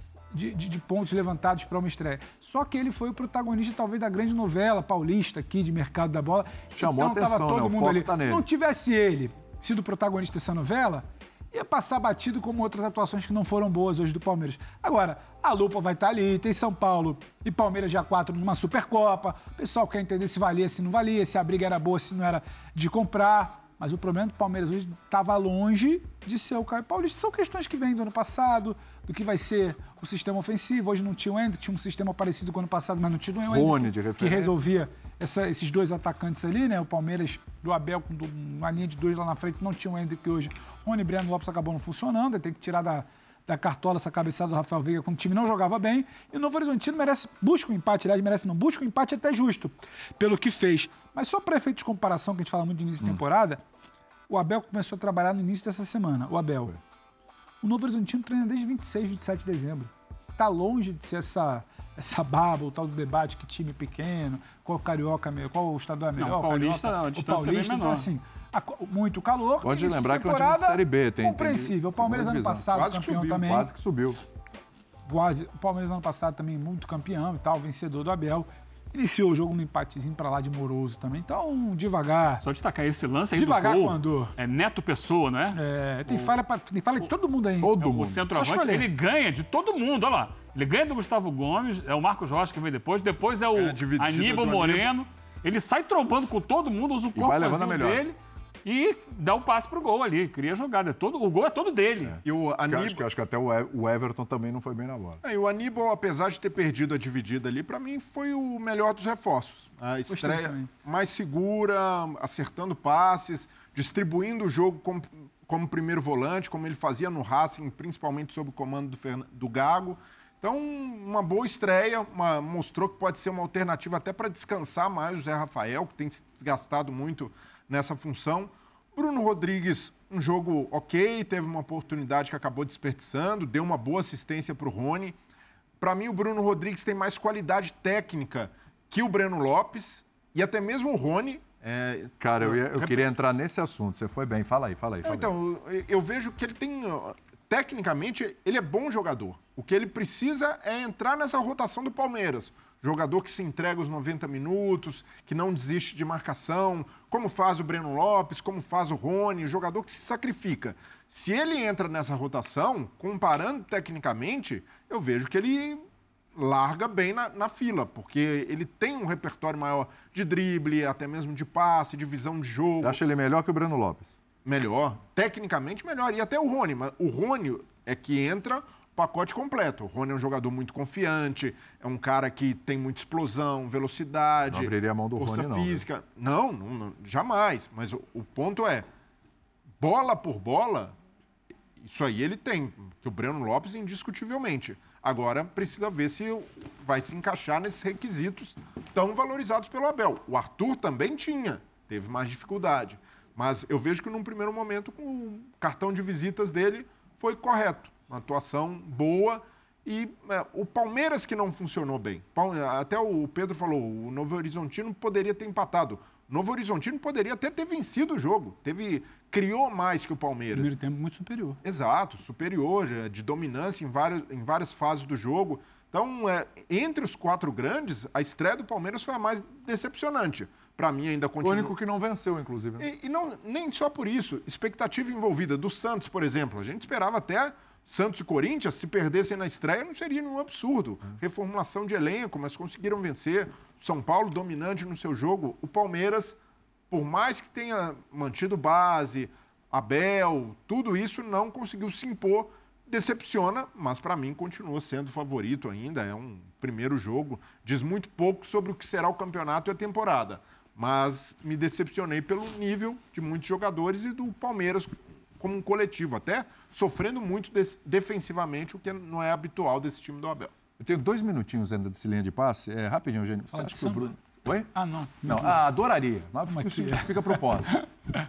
de pontos levantados para uma estreia. Só que ele foi o protagonista, talvez, da grande novela paulista aqui, de mercado da bola. Chamou então, atenção, tava todo né? mundo ali. Tá nele. Não tivesse ele sido o protagonista dessa novela, ia passar batido como outras atuações que não foram boas hoje do Palmeiras. Agora, a lupa vai estar ali, tem São Paulo e Palmeiras já 4 numa Supercopa. O pessoal quer entender se valia, se não valia, se a briga era boa, se não era de comprar. Mas o problema do Palmeiras hoje estava longe de ser o Caio Paulista. São questões que vêm do ano passado, do que vai ser o sistema ofensivo. Hoje não tinha o Ender, tinha um sistema parecido com o ano passado, mas não tinha o Ender, que resolvia esses 2 atacantes ali, né? O Palmeiras do Abel com uma linha de 2 lá na frente, não tinha o Ender, que hoje Rony Breno Lopes acabou não funcionando, tem que tirar da cartola essa cabeçada do Rafael Veiga quando o time não jogava bem. E o Novo Horizontino busca um empate, aliás, busca um empate até justo, pelo que fez. Mas só para efeito de comparação, que a gente fala muito de início de temporada, o Abel começou a trabalhar no início dessa semana, o Abel. O Novo Horizontino treina desde 26, 27 de dezembro. Está longe de ser essa baba, o tal do debate que time pequeno, qual carioca, qual o estadual é melhor. Não, o Paulista, carioca, a distância é bem menor. Então, assim, muito calor. Pode lembrar que é um time de Série B. Compreensível. O Palmeiras ano passado quase campeão subiu, também. Quase que subiu. O Palmeiras ano passado também muito campeão e tal, vencedor do Abel. Iniciou o jogo num empatezinho pra lá de moroso também. Então, devagar. Só destacar esse lance aí devagar do gol. Quando É Neto Pessoa, não é? tem falha de todo mundo aí. O centroavante, ele ganha de todo mundo, olha lá. Ele ganha do Gustavo Gomes, é o Marcos Rocha que vem depois é o Aníbal Moreno. Ele sai trombando com todo mundo, usa o corpo dele e dá o passe pro gol ali. Cria a jogada. O gol é todo dele. E o Aníbal... Acho que até o Everton também não foi bem na bola. E o Aníbal, apesar de ter perdido a dividida ali, para mim foi o melhor dos reforços. A estreia mais segura, acertando passes, distribuindo o jogo como primeiro volante, como ele fazia no Racing, principalmente sob o comando do Gago. Então, uma boa estreia, mostrou que pode ser uma alternativa até para descansar mais o Zé Rafael, que tem se desgastado muito nessa função. Bruno Rodrigues, um jogo ok, teve uma oportunidade que acabou desperdiçando, deu uma boa assistência para o Rony. Para mim, o Bruno Rodrigues tem mais qualidade técnica que o Breno Lopes e até mesmo o Rony. Cara, eu queria entrar nesse assunto, você foi bem, fala aí. Então, eu vejo que ele tem... Tecnicamente, ele é bom jogador. O que ele precisa é entrar nessa rotação do Palmeiras. Jogador que se entrega os 90 minutos, que não desiste de marcação, como faz o Breno Lopes, como faz o Rony, jogador que se sacrifica. Se ele entra nessa rotação, comparando tecnicamente, eu vejo que ele larga bem na fila, porque ele tem um repertório maior de drible, até mesmo de passe, de visão de jogo. Você acha ele melhor que o Breno Lopes? Melhor, tecnicamente melhor. E até o Rony, mas o Rony é que entra pacote completo. O Rony é um jogador muito confiante, é um cara que tem muita explosão, velocidade, não abriria a mão do força Rony, física. Não, jamais. Mas o ponto é, bola por bola, isso aí ele tem, que o Breno Lopes indiscutivelmente. Agora precisa ver se vai se encaixar nesses requisitos tão valorizados pelo Abel. O Arthur também teve mais dificuldade. Mas eu vejo que num primeiro momento o cartão de visitas dele foi correto. Uma atuação boa E o Palmeiras que não funcionou bem. Até o Pedro falou, o Novo Horizontino poderia ter empatado. O Novo Horizontino poderia até ter vencido o jogo. Criou mais que o Palmeiras. Primeiro tempo muito superior. Exato, superior, de dominância em várias fases do jogo. Então, entre os 4 grandes, a estreia do Palmeiras foi a mais decepcionante. Para mim, ainda continua... O único que não venceu, inclusive. E não, nem só por isso. Expectativa envolvida do Santos, por exemplo. A gente esperava até Santos e Corinthians, se perdessem na estreia, não seria nenhum absurdo. Reformulação de elenco, mas conseguiram vencer. São Paulo dominante no seu jogo. O Palmeiras, por mais que tenha mantido base, Abel, tudo isso não conseguiu se impor. Decepciona, mas para mim continua sendo favorito ainda. É um primeiro jogo. Diz muito pouco sobre o que será o campeonato e a temporada. Mas me decepcionei pelo nível de muitos jogadores e do Palmeiras como um coletivo, até sofrendo muito defensivamente, o que não é habitual desse time do Abel. Eu tenho 2 minutinhos ainda desse linha de passe. Rapidinho, Eugênio. Você acha que o Bruno... Oi? Não. Não, adoraria. Mas fica a propósito.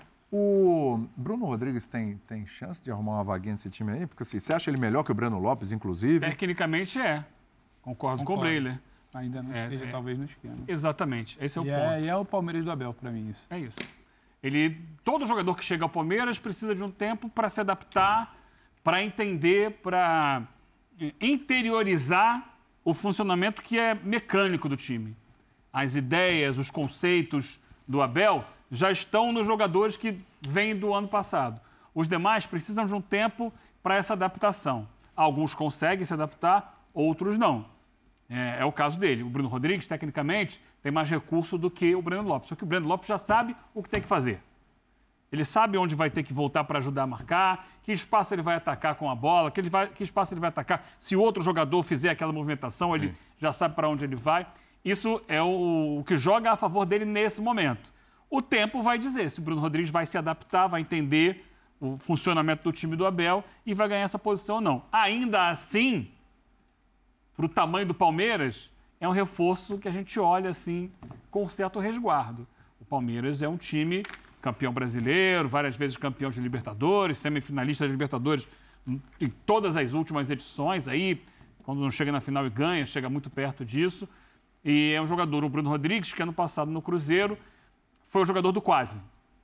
O Bruno Rodrigues tem chance de arrumar uma vaguinha nesse time aí? Porque assim, você acha ele melhor que o Breno Lopes, inclusive? Tecnicamente é. Concordo com o Breiler. Ainda não esteja talvez no esquema. Exatamente, esse é o ponto. E é o Palmeiras do Abel, para mim, isso. É isso. Todo jogador que chega ao Palmeiras precisa de um tempo para se adaptar, para entender, para interiorizar o funcionamento que é mecânico do time. As ideias, os conceitos do Abel já estão nos jogadores que vêm do ano passado. Os demais precisam de um tempo para essa adaptação. Alguns conseguem se adaptar, outros não. É o caso dele. O Bruno Rodrigues, tecnicamente, tem mais recurso do que o Breno Lopes. Só que o Breno Lopes já sabe o que tem que fazer. Ele sabe onde vai ter que voltar para ajudar a marcar, que espaço ele vai atacar com a bola, que espaço ele vai atacar. Se outro jogador fizer aquela movimentação, ele já sabe para onde ele vai. Isso é o que joga a favor dele nesse momento. O tempo vai dizer se o Bruno Rodrigues vai se adaptar, vai entender o funcionamento do time do Abel e vai ganhar essa posição ou não. Ainda assim, para o tamanho do Palmeiras, é um reforço que a gente olha assim com certo resguardo. O Palmeiras é um time campeão brasileiro, várias vezes campeão de Libertadores, semifinalista de Libertadores em todas as últimas edições. Aí, quando não chega na final e ganha, chega muito perto disso. E é um jogador, o Bruno Rodrigues, que ano passado no Cruzeiro foi o jogador do quase.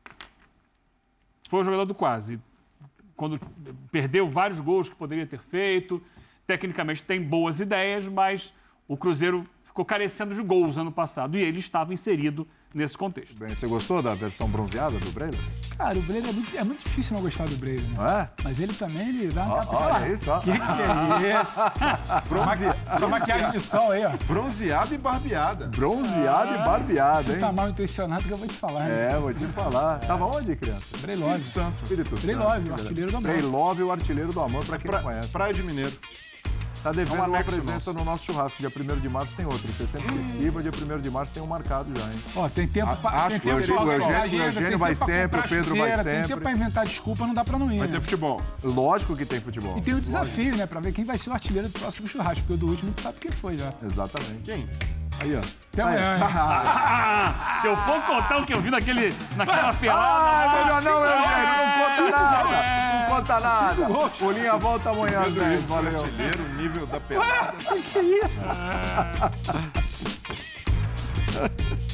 Foi o jogador do quase. Quando perdeu vários gols que poderia ter feito, tecnicamente tem boas ideias, mas o Cruzeiro ficou carecendo de gols ano passado e ele estava inserido nesse contexto. Bem, você gostou da versão bronzeada do Breiler? Cara, o Breiler é muito difícil não gostar do Breiler, né? Não é? Mas ele também, ele dá uma Olha isso, ó. Que é isso? Essa maquiagem de sol aí, ó. Bronzeada e barbeada. Bronzeada e barbeada, Isso hein? tá mal intencionado que eu vou te falar. É, vou te falar. Tava onde, criança? Breilove. Espírito Santo. Breilove, o artilheiro do amor. Breilove, o artilheiro do amor, pra quem não conhece. Praia de Mineiro. Tá devendo É um uma anexo presença no nosso churrasco. Dia 1º de março tem outro. Você sempre se esquiva, dia 1º de março tem um marcado já, hein? Ó, tem tempo pra acho que o Eugênio vai sempre, o Pedro vai sempre. Tem tempo pra inventar desculpa, não dá pra não ir. Vai né? ter futebol. Lógico que tem futebol. E tem o desafio, né? Pra ver quem vai ser o artilheiro do próximo churrasco. Porque o do último tu sabe quem foi já. Exatamente. Quem? Aí, ó. Até amanhã, hein? Se eu for contar o que eu vi naquela pelada... melhor não, Eugênio. Não conta nada. Não conta nada. O Linha volta amanhã, gente. Valeu. Artilheiro, o nível da pelada. Que isso?